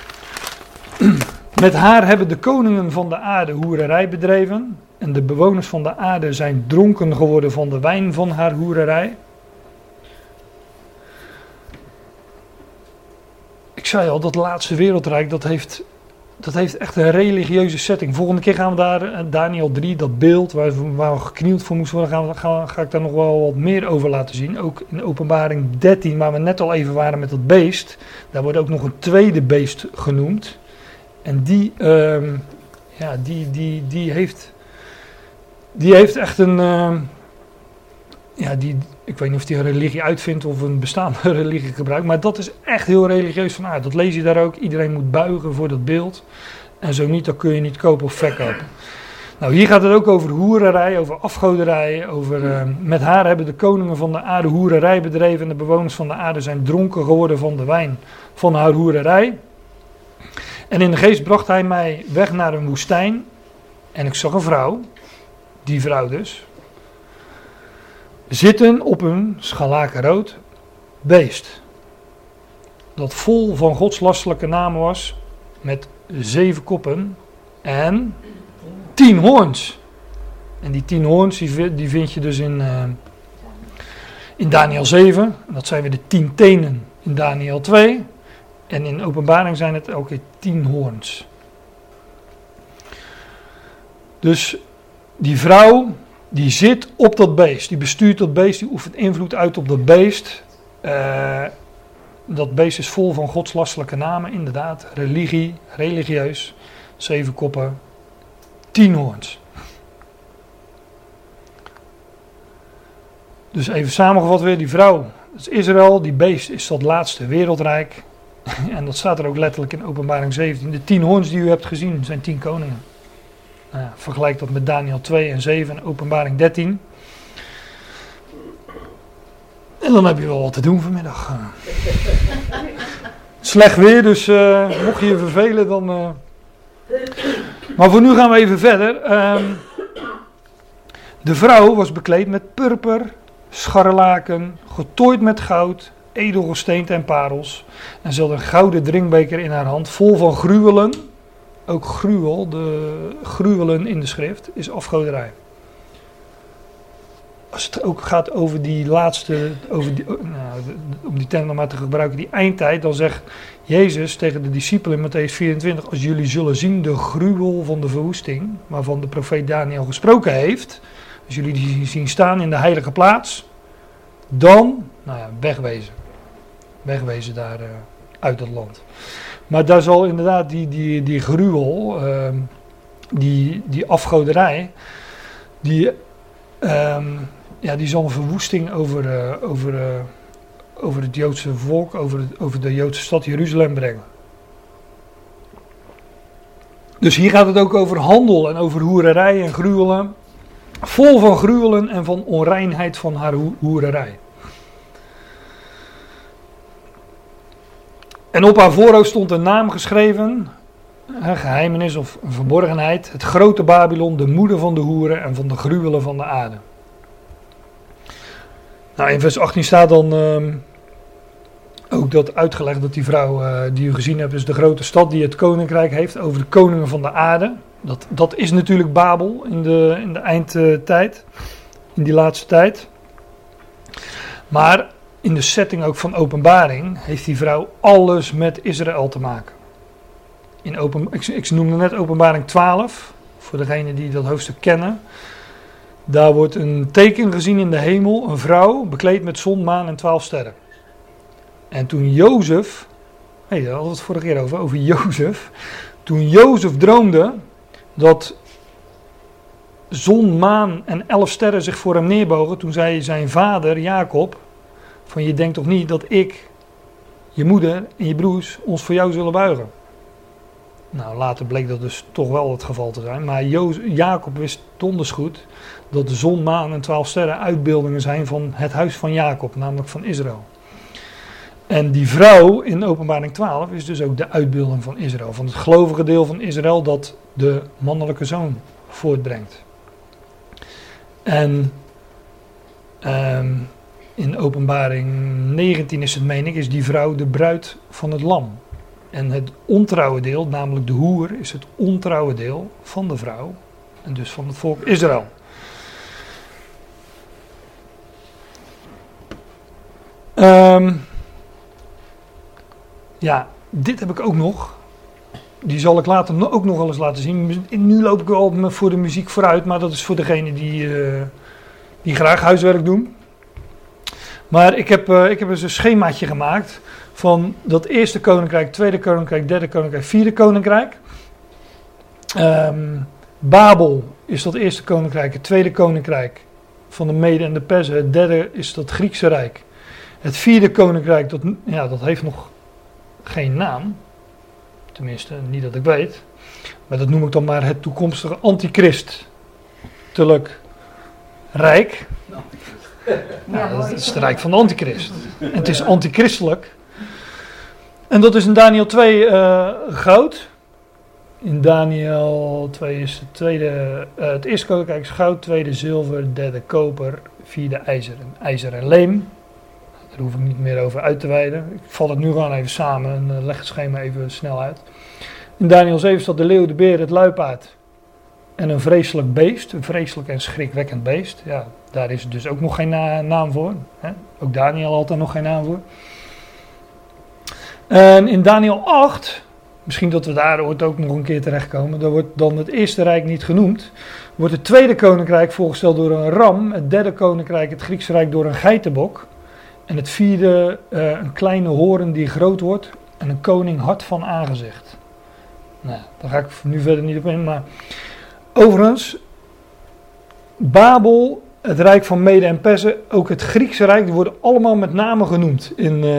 Met haar hebben de koningen van de aarde hoererij bedreven. En de bewoners van de aarde zijn dronken geworden van de wijn van haar hoererij. Ik zei al, dat laatste wereldrijk, dat heeft echt een religieuze setting. Volgende keer gaan we daar, Daniel 3, dat beeld waar we geknield voor moesten worden, ga ik daar nog wel wat meer over laten zien. Ook in Openbaring 13, waar we net al even waren met dat beest. Daar wordt ook nog een tweede beest genoemd. En die heeft echt een... ik weet niet of hij een religie uitvindt of een bestaande religie gebruikt. Maar dat is echt heel religieus van aard. Dat lees je daar ook. Iedereen moet buigen voor dat beeld. En zo niet, dan kun je niet kopen of verkopen. Nou, hier gaat het ook over hoererij, over afgoderij. Met haar hebben de koningen van de aarde hoererij bedreven. En de bewoners van de aarde zijn dronken geworden van de wijn van haar hoererij. En in de geest bracht hij mij weg naar een woestijn. En ik zag een vrouw die vrouw dus, zitten op een scharlakenrood beest. Dat vol van godslastelijke namen was, met 7 koppen en 10 hoorns. En die 10 hoorns die vind je dus in Daniel 7. Dat zijn weer de 10 tenen in Daniel 2. En in Openbaring zijn het elke keer 10 hoorns. Dus die vrouw, die zit op dat beest. Die bestuurt dat beest, die oefent invloed uit op dat beest. Dat beest is vol van godslastelijke namen, inderdaad. Religie, religieus. 7 koppen, 10 hoorns. Dus even samengevat weer, die vrouw, dat is Israël. Die beest is dat laatste wereldrijk. En dat staat er ook letterlijk in Openbaring 17. De 10 hoorns die u hebt gezien zijn 10 koningen. Nou ja, vergelijk dat met Daniel 2 en 7 en Openbaring 13. En dan heb je wel wat te doen vanmiddag. Slecht weer, dus mocht je je vervelen, dan... Maar voor nu gaan we even verder. De vrouw was bekleed met purper, scharlaken, getooid met goud, edelgesteente en parels. En ze had een gouden drinkbeker in haar hand, vol van gruwelen. Ook gruwel, de gruwelen in de schrift, is afgoderij. Als het ook gaat over die laatste, om die term nog maar te gebruiken, die eindtijd, dan zegt Jezus tegen de discipelen in Mattheüs 24, als jullie zullen zien de gruwel van de verwoesting, waarvan de profeet Daniel gesproken heeft, als jullie die zien staan in de heilige plaats, dan, wegwezen. Wegwezen daar uit het land. Maar daar zal inderdaad die gruwel, die afgoderij, die zal een verwoesting over het Joodse volk, over de Joodse stad Jeruzalem brengen. Dus hier gaat het ook over handel en over hoererij en gruwelen. Vol van gruwelen en van onreinheid van haar hoererij. En op haar voorhoofd stond een naam geschreven, een geheimenis of een verborgenheid, het grote Babylon, de moeder van de hoeren en van de gruwelen van de aarde. Nou, in vers 18 staat dan ook dat uitgelegd dat die vrouw die u gezien hebt, is de grote stad die het koninkrijk heeft over de koningen van de aarde. Dat is natuurlijk Babel in de eindtijd, in die laatste tijd. Maar in de setting ook van Openbaring heeft die vrouw alles met Israël te maken. Ik noemde net Openbaring 12, voor degenen die dat hoofdstuk kennen. Daar wordt een teken gezien in de hemel, een vrouw bekleed met zon, maan en 12 sterren. En toen Jozef, daar hadden we het vorige keer over Jozef. Toen Jozef droomde dat zon, maan en 11 sterren zich voor hem neerbogen, toen zei zijn vader Jacob, van je denkt toch niet dat ik, je moeder en je broers ons voor jou zullen buigen. Nou, later bleek dat dus toch wel het geval te zijn. Maar Jacob wist donders goed dat de zon, maan en 12 sterren uitbeeldingen zijn van het huis van Jacob, namelijk van Israël. En die vrouw in Openbaring 12 is dus ook de uitbeelding van Israël. Van het gelovige deel van Israël dat de mannelijke zoon voortbrengt. En in Openbaring 19 is het, meen ik, is die vrouw de bruid van het lam. En het ontrouwe deel, namelijk de hoer, is het ontrouwe deel van de vrouw. En dus van het volk Israël. Dit heb ik ook nog. Die zal ik later ook nog wel eens laten zien. Nu loop ik wel voor de muziek vooruit, maar dat is voor degenen die graag huiswerk doen. Maar ik heb dus een schemaatje gemaakt van dat eerste koninkrijk, tweede koninkrijk, derde koninkrijk, vierde koninkrijk. Babel is dat eerste koninkrijk, het tweede koninkrijk van de Meden en de Perzen. Het derde is dat Griekse rijk. Het vierde koninkrijk, dat heeft nog geen naam. Tenminste, niet dat ik weet. Maar dat noem ik dan maar het toekomstige antichristelijk rijk. Dat is het rijk van de antichrist. En het is antichristelijk. En dat is in Daniel 2 goud. In Daniel 2 is het eerste koninkrijk is goud, tweede zilver, derde koper, vierde ijzer en leem. Daar hoef ik niet meer over uit te wijden. Ik val het nu gewoon even samen en leg het schema even snel uit. In Daniel 7 staat de leeuw, de beer, het luipaard en een vreselijk beest. Een vreselijk en schrikwekkend beest. Ja, daar is dus ook nog geen naam voor. Hè? Ook Daniel had er nog geen naam voor. En in Daniel 8, misschien dat we daar ooit ook nog een keer terechtkomen, daar wordt dan het eerste rijk niet genoemd. Wordt het tweede koninkrijk voorgesteld door een ram, het derde koninkrijk, het Griekse rijk, door een geitenbok. En het vierde een kleine hoorn die groot wordt en een koning hard van aangezicht. Nou, daar ga ik nu verder niet op in, maar overigens, Babel, het rijk van Mede en Perzen, ook het Griekse rijk, die worden allemaal met name genoemd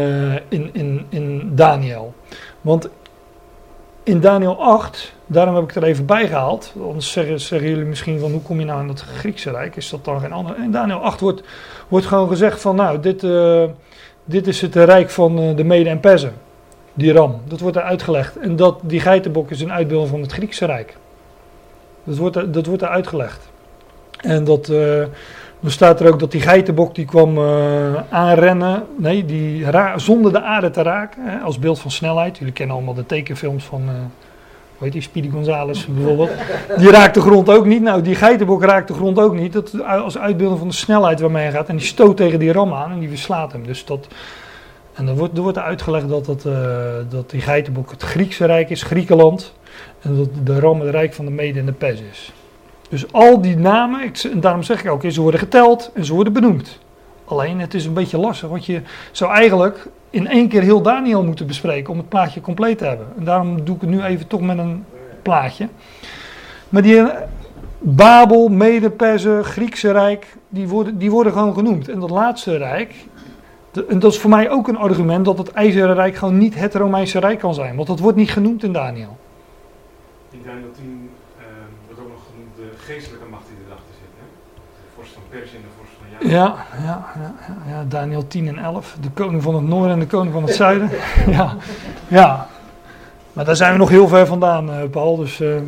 in Daniel. Want in Daniel 8, daarom heb ik het er even bij gehaald, anders zeggen jullie misschien van hoe kom je nou in dat Griekse rijk, is dat dan geen ander? In Daniel 8 wordt gewoon gezegd van nou, dit is het rijk van de Mede en Perzen, die ram, dat wordt er uitgelegd. En die geitenbok is een uitbeelding van het Griekse rijk. Dat wordt er uitgelegd. En dan staat er ook dat die geitenbok die kwam aanrennen, zonder de aarde te raken, hè, als beeld van snelheid. Jullie kennen allemaal de tekenfilms van, hoe heet die, Speedy Gonzales bijvoorbeeld. Die raakt de grond ook niet. Nou, die geitenbok raakt de grond ook niet. Dat als uitbeelding van de snelheid waarmee hij gaat. En die stoot tegen die ram aan en die verslaat hem. Dus en dan wordt er uitgelegd dat die geitenbok het Griekse rijk is, Griekenland. En dat de ram het rijk van de Mede en de Pers is. Dus al die namen, en daarom zeg ik ook, ze worden geteld en ze worden benoemd. Alleen het is een beetje lastig, want je zou eigenlijk in één keer heel Daniel moeten bespreken om het plaatje compleet te hebben. En daarom doe ik het nu even toch met een plaatje. Maar die Babel, Mede, Perzen, Griekse rijk, die worden gewoon genoemd. En dat laatste rijk, en dat is voor mij ook een argument dat het IJzeren Rijk gewoon niet het Romeinse Rijk kan zijn. Want dat wordt niet genoemd in Daniel. In Daniel 10 wordt ook nog genoemd de geestelijke macht die erachter zit. Hè? De vorst van Perzië en de vorst van Java. Ja, Daniel 10 en 11. De koning van het noorden en de koning van het zuiden. ja. Maar daar zijn we nog heel ver vandaan, Paul. Dus, Nou,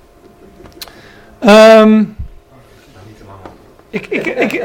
niet te lang.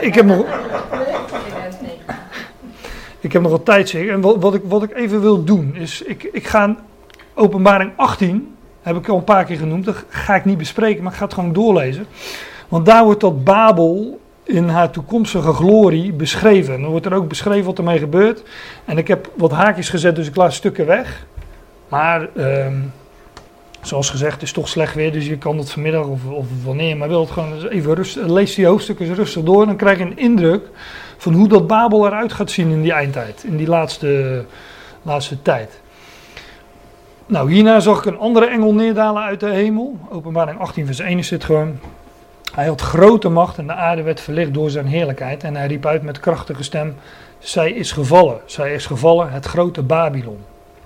Ik heb nog wat tijd, zeg. En wat ik even wil doen is, ik ga Openbaring 18, heb ik al een paar keer genoemd, dat ga ik niet bespreken, maar ik ga het gewoon doorlezen. Want daar wordt dat Babel in haar toekomstige glorie beschreven. En dan wordt er ook beschreven wat ermee gebeurt. En ik heb wat haakjes gezet, dus ik laat stukken weg. Maar, zoals gezegd, het is toch slecht weer, dus je kan het vanmiddag of wanneer je maar wilt, gewoon even lees die hoofdstukken rustig door. En dan krijg je een indruk van hoe dat Babel eruit gaat zien in die eindtijd, in die laatste tijd. Nou, hierna zag ik een andere engel neerdalen uit de hemel. Openbaring 18 vers 1 is dit gewoon. Hij had grote macht en de aarde werd verlicht door zijn heerlijkheid. En hij riep uit met krachtige stem, zij is gevallen, het grote Babylon.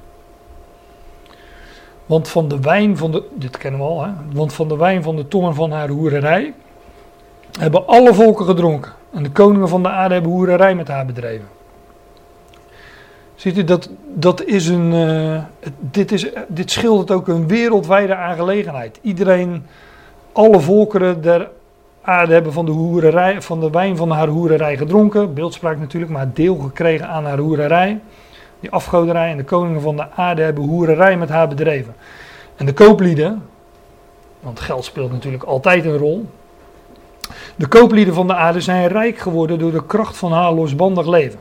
Want van de wijn dit kennen we al, hè? Want van de wijn van de tongen van haar hoererij hebben alle volken gedronken. En de koningen van de aarde hebben hoererij met haar bedreven. Ziet u, dat is dit schildert ook een wereldwijde aangelegenheid. Alle volkeren der aarde hebben van de wijn van haar hoererij gedronken. Beeldspraak natuurlijk, maar deel gekregen aan haar hoererij. Die afgoderij, en de koningen van de aarde hebben hoererij met haar bedreven. En de kooplieden, want geld speelt natuurlijk altijd een rol. De kooplieden van de aarde zijn rijk geworden door de kracht van haar losbandig leven.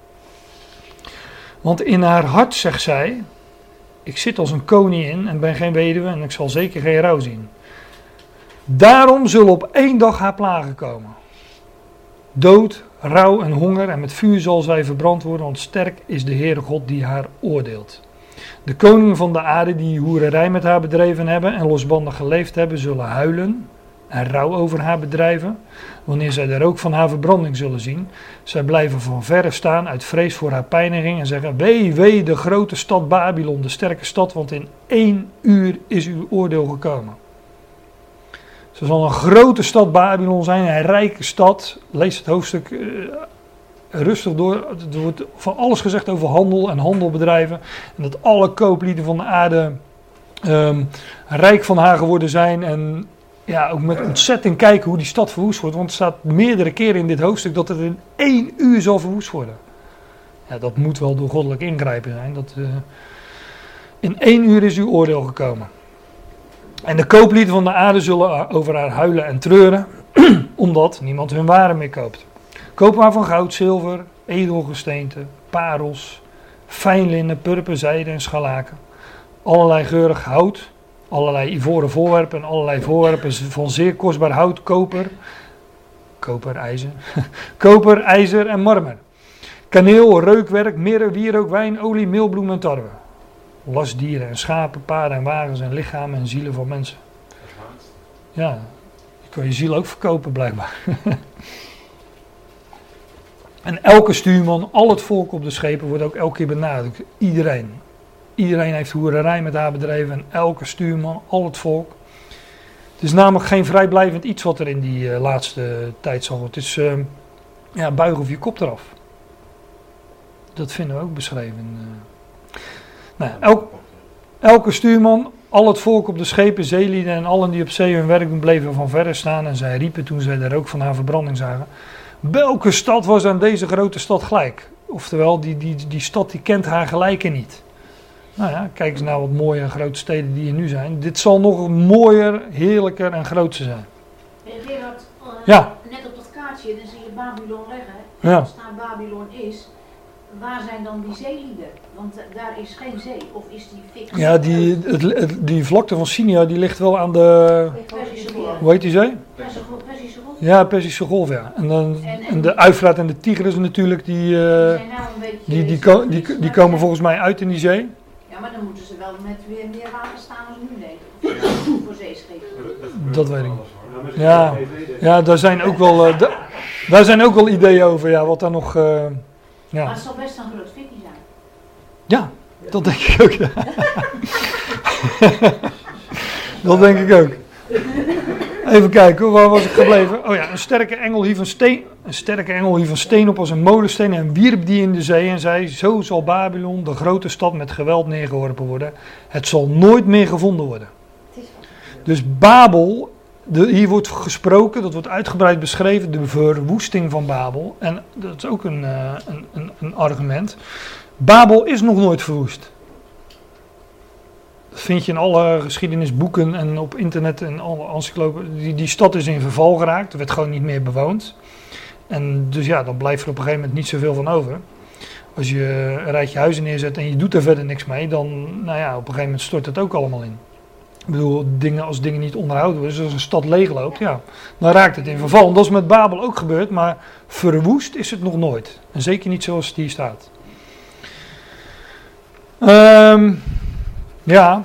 Want in haar hart zegt zij, ik zit als een koningin en ben geen weduwe en ik zal zeker geen rouw zien. Daarom zullen op 1 dag haar plagen komen. Dood, rouw en honger en met vuur zal zij verbrand worden, want sterk is de Heere God die haar oordeelt. De koningen van de aarde die hoererij met haar bedreven hebben en losbandig geleefd hebben, zullen huilen en rouw over haar bedrijven, wanneer zij de rook van haar verbranding zullen zien. Zij blijven van verre staan uit vrees voor haar pijniging en zeggen, wee, de grote stad Babylon, de sterke stad, want in 1 uur is uw oordeel gekomen. Ze zal een grote stad Babylon zijn, een rijke stad. Lees het hoofdstuk rustig door. Er wordt van alles gezegd over handel en handelbedrijven. En dat alle kooplieden van de aarde rijk van haar geworden zijn. En ja, ook met ontzetting kijken hoe die stad verwoest wordt. Want er staat meerdere keren in dit hoofdstuk dat het in 1 uur zal verwoest worden. Ja, dat moet wel door goddelijk ingrijpen zijn. In 1 uur is uw oordeel gekomen. En de kooplieden van de aarde zullen over haar huilen en treuren, omdat niemand hun waren meer koopt. Koop maar van goud, zilver, edelgesteente, parels, fijn linnen, purper, zijde en scharlaken. Allerlei geurig hout, allerlei ivoren voorwerpen en allerlei voorwerpen van zeer kostbaar hout, koper, ijzer en marmer. Kaneel, reukwerk, mirre, wierook, wijn, olie, meelbloem en tarwe. Lastdieren en schapen, paarden en wagens en lichamen en zielen van mensen. Ja, je kan je ziel ook verkopen blijkbaar. En elke stuurman, al het volk op de schepen wordt ook elke keer benadrukt. Iedereen. Iedereen heeft hoererij met haar bedreven en elke stuurman, al het volk. Het is namelijk geen vrijblijvend iets wat er in die laatste tijd zal worden. Het is buigen of je kop eraf. Dat vinden we ook beschreven. Elke stuurman, al het volk op de schepen, zeelieden en allen die op zee hun werk doen, bleven van verre staan. En zij riepen toen zij de rook van haar verbranding zagen: welke stad was aan deze grote stad gelijk? Oftewel, die stad die kent haar gelijke niet. Nou ja, kijk eens naar wat mooie en grote steden die er nu zijn. Dit zal nog mooier, heerlijker en groter zijn. Gerard, Ja. net op dat kaartje, dan zie je Babylon liggen. Ja. En als daar Babylon is, waar zijn dan die zeelieden? Want daar is geen zee, of is die fix? Ja, die vlakte van Sinai, die ligt wel aan de... Persische Golf. Hoe heet die zee? Persische Golf. Ja, Persische Golf, ja. En de Uifraat en de Tigris natuurlijk, die zijn nou een beetje die komen volgens mij uit in die zee. Ja, maar dan moeten ze wel met weer meer water staan als nu, denk ik. Voor zeeschepen. Dat weet ik niet. Ja, daar zijn ook wel, daar zijn ook wel ideeën over, ja, wat daar nog... Maar ja. het zal best een groot fikkie zijn. Ja, dat denk ik ook. Ja. Dat denk ik ook. Even kijken, waar was ik gebleven? Oh ja, een sterke engel hief een steen op als een molensteen en wierp die in de zee en zei: zo zal Babylon, de grote stad, met geweld neergeworpen worden. Het zal nooit meer gevonden worden. Dus Babel, hier wordt gesproken, dat wordt uitgebreid beschreven, de verwoesting van Babel. En dat is ook een argument. Babel is nog nooit verwoest. Dat vind je in alle geschiedenisboeken en op internet en alle encyclopedieën. Die stad is in verval geraakt, er werd gewoon niet meer bewoond. En dus ja, dan blijft er op een gegeven moment niet zoveel van over. Als je een rijtje huizen neerzet en je doet er verder niks mee, dan nou ja, op een gegeven moment stort het ook allemaal in. Ik bedoel, als dingen niet onderhouden worden, dus als een stad leegloopt, ja, dan raakt het in verval. En dat is met Babel ook gebeurd, maar verwoest is het nog nooit. En zeker niet zoals het hier staat. Ja,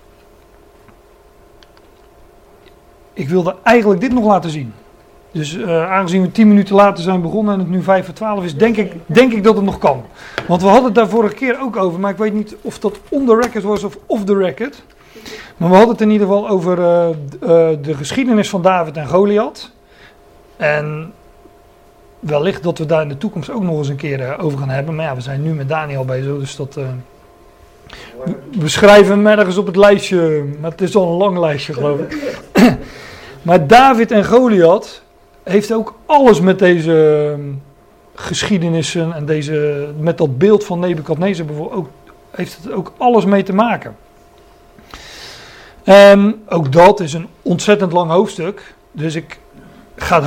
ik wilde eigenlijk dit nog laten zien. Dus aangezien we 10 minuten later zijn begonnen en het nu 11:55 is, denk ik dat het nog kan. Want we hadden het daar vorige keer ook over, maar ik weet niet of dat on the record was of off the record. Maar we hadden het in ieder geval over de geschiedenis van David en Goliath. En wellicht dat we daar in de toekomst ook nog eens een keer over gaan hebben. Maar ja, we zijn nu met Daniel bezig, dus dat... We schrijven hem ergens op het lijstje, maar het is al een lang lijstje geloof ik. Maar David en Goliath heeft ook alles met deze geschiedenissen en met dat beeld van Nebukadnezar bijvoorbeeld, heeft het ook alles mee te maken. En ook dat is een ontzettend lang hoofdstuk, dus ik ga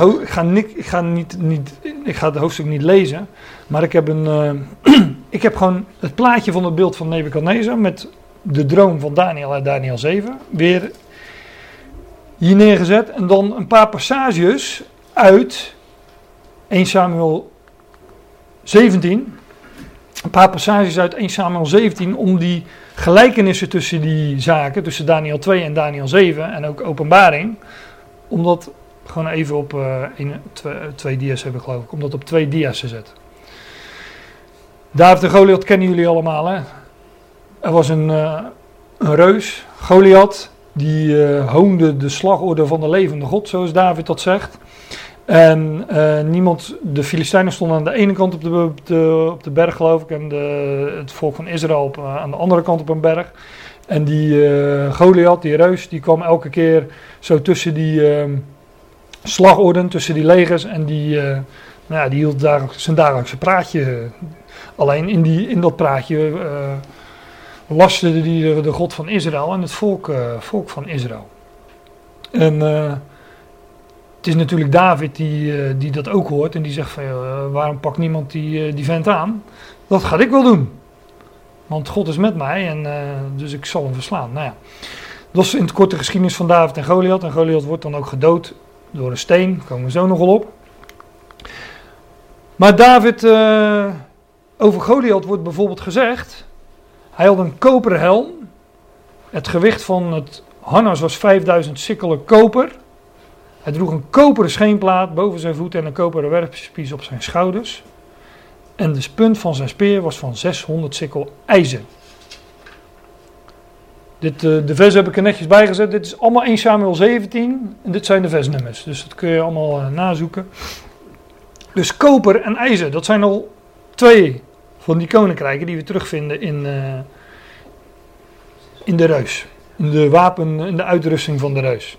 het hoofdstuk niet lezen, maar ik heb gewoon het plaatje van het beeld van Nebukadnezar met de droom van Daniel uit Daniel 7 weer hier neergezet. En dan een paar passages uit 1 Samuel 17. Een paar passages uit 1 Samuel 17 om die gelijkenissen tussen die zaken, tussen Daniel 2 en Daniel 7 en ook Openbaring, om dat gewoon even op 2 dia's heb ik geloof ik, om dat op 2 dia's te zetten. David en Goliath kennen jullie allemaal, hè? Er was een reus, Goliath, die hoonde de slagorde van de levende God, zoals David dat zegt. En de Filistijnen stonden aan de ene kant op de berg, geloof ik, en het volk van Israël aan de andere kant op een berg. En die Goliath, die reus, die kwam elke keer zo tussen die slagorden, tussen die legers. En die hield zijn dagelijkse praatje. Alleen in dat praatje lasterde die de God van Israël en het volk van Israël. En het is natuurlijk David die dat ook hoort en die zegt van waarom pakt niemand die vent aan? Dat ga ik wel doen. Want God is met mij en dus ik zal hem verslaan. Nou ja, dat is in het korte geschiedenis van David en Goliath. En Goliath wordt dan ook gedood door een steen. Daar komen we zo nog wel op. Maar David, over Goliath wordt bijvoorbeeld gezegd, hij had een koperen helm. Het gewicht van het harnas was 5000 sikkelen koper. Hij droeg een koperen scheenplaat boven zijn voeten en een koperen werpspies op zijn schouders. En de punt van zijn speer was van 600 sikkel ijzer. De vers heb ik er netjes bijgezet. Dit is allemaal 1 Samuel 17. En dit zijn de versnummers. Dus dat kun je allemaal nazoeken. Dus koper en ijzer. Dat zijn al 2 van die koninkrijken die we terugvinden in de reus. In de wapen, in de uitrusting van de reus.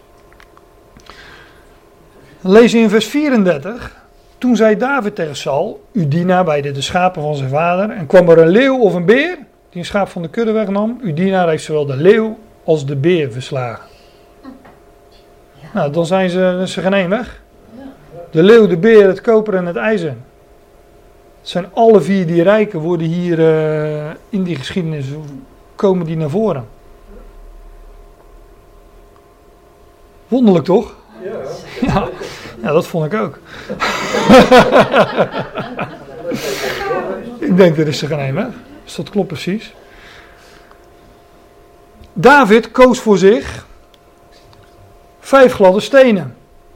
Dan lees je in vers 34... Toen zei David tegen Saul, uw dienaar weidde de schapen van zijn vader en kwam er een leeuw of een beer die een schaap van de kudde wegnam. Uw dienaar heeft zowel de leeuw als de beer verslagen. Ja. Nou, dan zijn ze geen één weg. De leeuw, de beer, het koper en het ijzer. Het zijn alle 4 die rijken worden hier in die geschiedenis, komen die naar voren. Wonderlijk toch? Ja. Ja, dat vond ik ook. Ik denk, er is er geen een weg. Dus dat klopt precies. David koos voor zich 5 gladde stenen.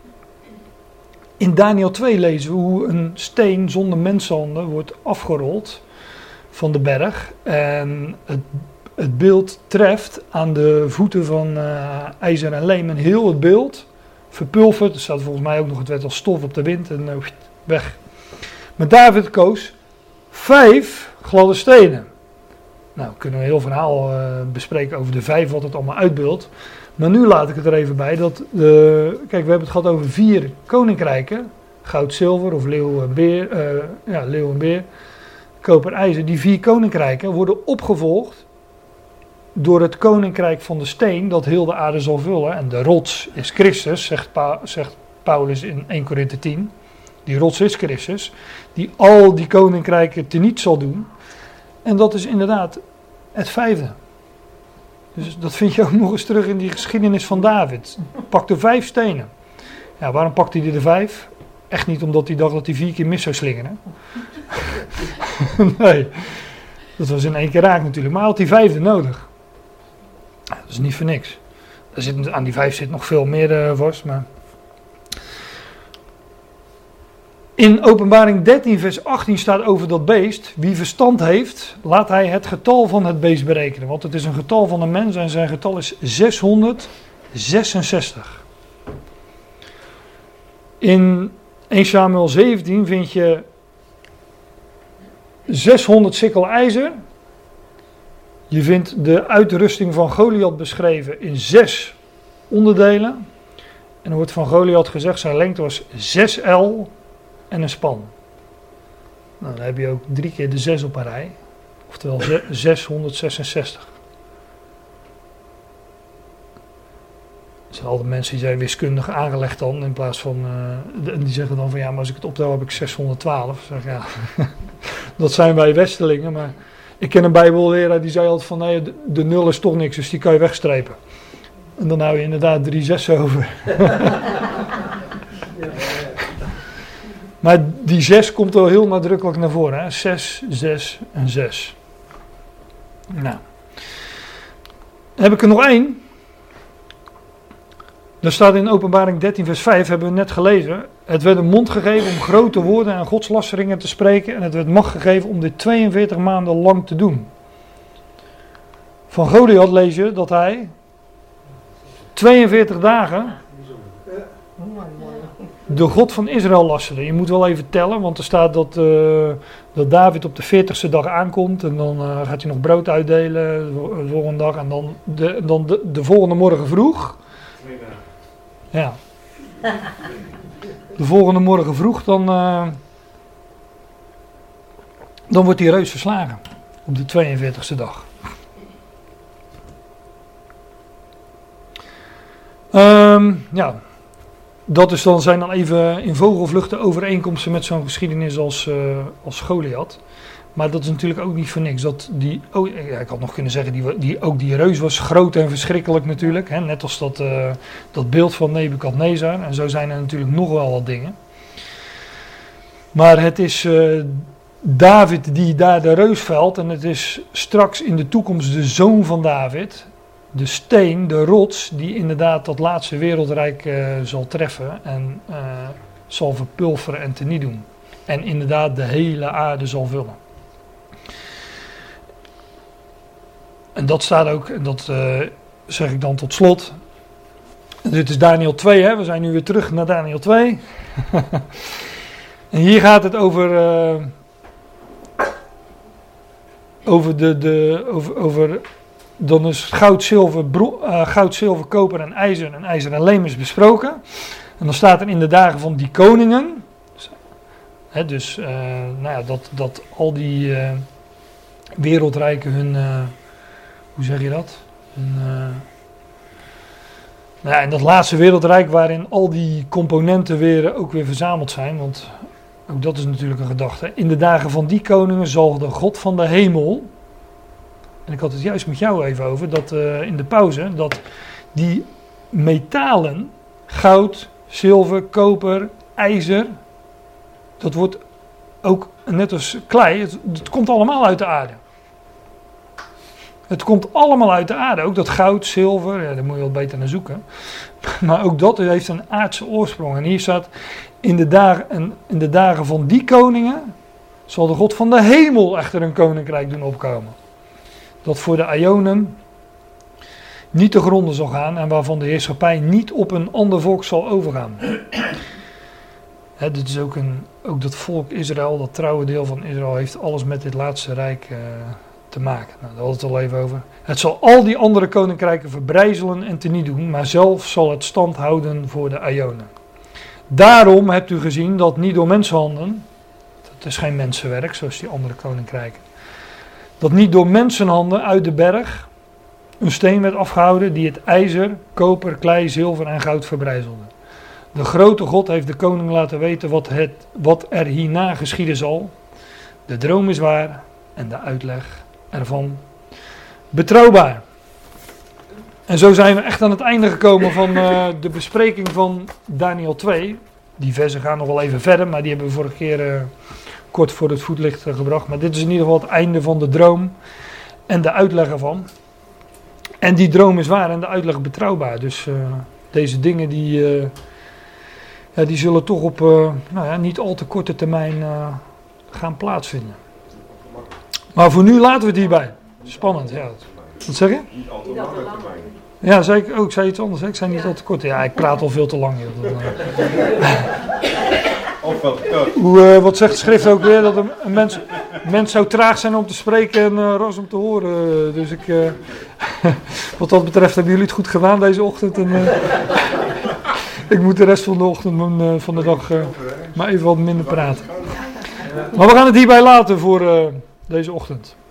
In Daniel 2 lezen we hoe een steen zonder mensenhanden wordt afgerold van de berg. En het beeld treft aan de voeten van ijzer en leem. En heel het beeld verpulverd. Er staat volgens mij ook nog, het werd als stof op de wind en weg. Maar David koos 5 gladde stenen. Nou, kunnen we een heel verhaal bespreken over de 5, wat het allemaal uitbeeldt. Maar nu laat ik het er even bij dat, kijk, we hebben het gehad over 4 koninkrijken. Goud, zilver of leeuw en beer, leeuw en beer, koper, ijzer. Die 4 koninkrijken worden opgevolgd door het koninkrijk van de steen dat heel de aarde zal vullen. En de rots is Christus, zegt Paulus in 1 Korinthe 10. Die rots is Christus, die al die koninkrijken teniet zal doen. En dat is inderdaad het 5e. Dus dat vind je ook nog eens terug in die geschiedenis van David. Pakte 5 stenen. Ja, waarom pakte hij er 5? Echt niet omdat hij dacht dat hij 4 keer mis zou slingeren. Nee, dat was in 1 keer raak natuurlijk. Maar hij had die 5e nodig. Ja, dat is niet voor niks. Aan die 5 zit nog veel meer vast. Maar in Openbaring 13 vers 18 staat over dat beest. Wie verstand heeft, laat hij het getal van het beest berekenen. Want het is een getal van een mens en zijn getal is 666. In 1 Samuel 17 vind je 600 sikkel ijzer. Je vindt de uitrusting van Goliath beschreven in 6 onderdelen. En er wordt van Goliath gezegd, zijn lengte was 6 el en een span. Nou, dan heb je ook 3 keer de 6 op een rij. Oftewel 666. Dat zijn al de mensen die zijn wiskundig aangelegd dan. In plaats van, die zeggen dan van ja, maar als ik het optel heb ik 612. Zeg, ja, dat zijn wij Westelingen, maar ik ken een bijbelleraar die zei altijd van nee, de 0 is toch niks, dus die kan je wegstrepen. En dan hou je inderdaad 3 6 over. Maar die 6 komt wel heel nadrukkelijk naar voren. Hè? 6, 6 en 6. Nou. Dan heb ik er nog 1. Daar staat in Openbaring 13 vers 5, hebben we net gelezen. Het werd een mond gegeven om grote woorden en godslasteringen te spreken. En het werd macht gegeven om dit 42 maanden lang te doen. Van Goliath lees je dat hij 42 dagen de God van Israël lasterde. Je moet wel even tellen, want er staat dat David op de 40ste dag aankomt. En dan gaat hij nog brood uitdelen de volgende dag. En dan de volgende morgen vroeg. Ja. De volgende morgen vroeg, dan wordt die reus verslagen. Op de 42ste dag. Ja, dat is zijn dan even in vogelvluchten overeenkomsten met zo'n geschiedenis als Goliath. Maar dat is natuurlijk ook niet voor niks. Ik had nog kunnen zeggen, die reus was groot en verschrikkelijk natuurlijk. Hè? Net als dat beeld van Nebukadnezar. En zo zijn er natuurlijk nog wel wat dingen. Maar het is David die daar de reus velt. En het is straks in de toekomst de zoon van David. De steen, de rots, die inderdaad dat laatste wereldrijk zal treffen. En zal verpulveren en teniet doen. En inderdaad de hele aarde zal vullen. En dat staat ook, en dat zeg ik dan tot slot. Dit is Daniel 2, hè? We zijn nu weer terug naar Daniel 2. En hier gaat het over dan is goud, zilver, koper en ijzer en leem is besproken. En dan staat er in de dagen van die koningen. Hè, dus dat al die wereldrijken hun... hoe zeg je dat? En dat laatste wereldrijk waarin al die componenten ook weer verzameld zijn. Want ook dat is natuurlijk een gedachte. In de dagen van die koningen zal de God van de hemel... En ik had het juist met jou even over, dat in de pauze, dat die metalen, goud, zilver, koper, ijzer, dat wordt ook net als klei, het komt allemaal uit de aarde. Het komt allemaal uit de aarde, ook dat goud, zilver, ja, daar moet je wat beter naar zoeken. Maar ook dat heeft een aardse oorsprong. En hier staat, in de dagen van die koningen zal de God van de hemel echter een koninkrijk doen opkomen. Dat voor de Aionen niet te gronden zal gaan en waarvan de heerschappij niet op een ander volk zal overgaan. Dit is ook dat volk Israël, dat trouwe deel van Israël, heeft alles met dit laatste rijk te maken. Nou, daar hadden we het al even over. Het zal al die andere koninkrijken verbrijzelen en teniet doen, maar zelf zal het stand houden voor de Aionen. Daarom hebt u gezien dat niet door mensenhanden, dat is geen mensenwerk zoals die andere koninkrijken, dat niet door mensenhanden uit de berg een steen werd afgehouden die het ijzer, koper, klei, zilver en goud verbrijzelde. De grote God heeft de koning laten weten wat er hierna geschieden zal. De droom is waar en de uitleg ervan betrouwbaar. En zo zijn we echt aan het einde gekomen van de bespreking van Daniel 2. Die versen gaan nog wel even verder, maar die hebben we vorige keer kort voor het voetlicht gebracht. Maar dit is in ieder geval het einde van de droom en de uitleg ervan. En die droom is waar en de uitleg betrouwbaar. Dus deze dingen die zullen toch op niet al te korte termijn gaan plaatsvinden. Maar voor nu laten we het hierbij. Spannend, ja. Wat zeg je? Niet al te lange termijn. Ja, zei ik ook. Ik zei iets anders. Hè? Ik zei niet al te kort. Ja, ik praat al veel te lang. Wat zegt de schrift ook weer? Dat een mens zou traag zijn om te spreken en ras om te horen. Dus wat dat betreft hebben jullie het goed gedaan deze ochtend. En, ik moet de rest van de ochtend van de dag maar even wat minder praten. Maar we gaan het hierbij laten voor deze ochtend.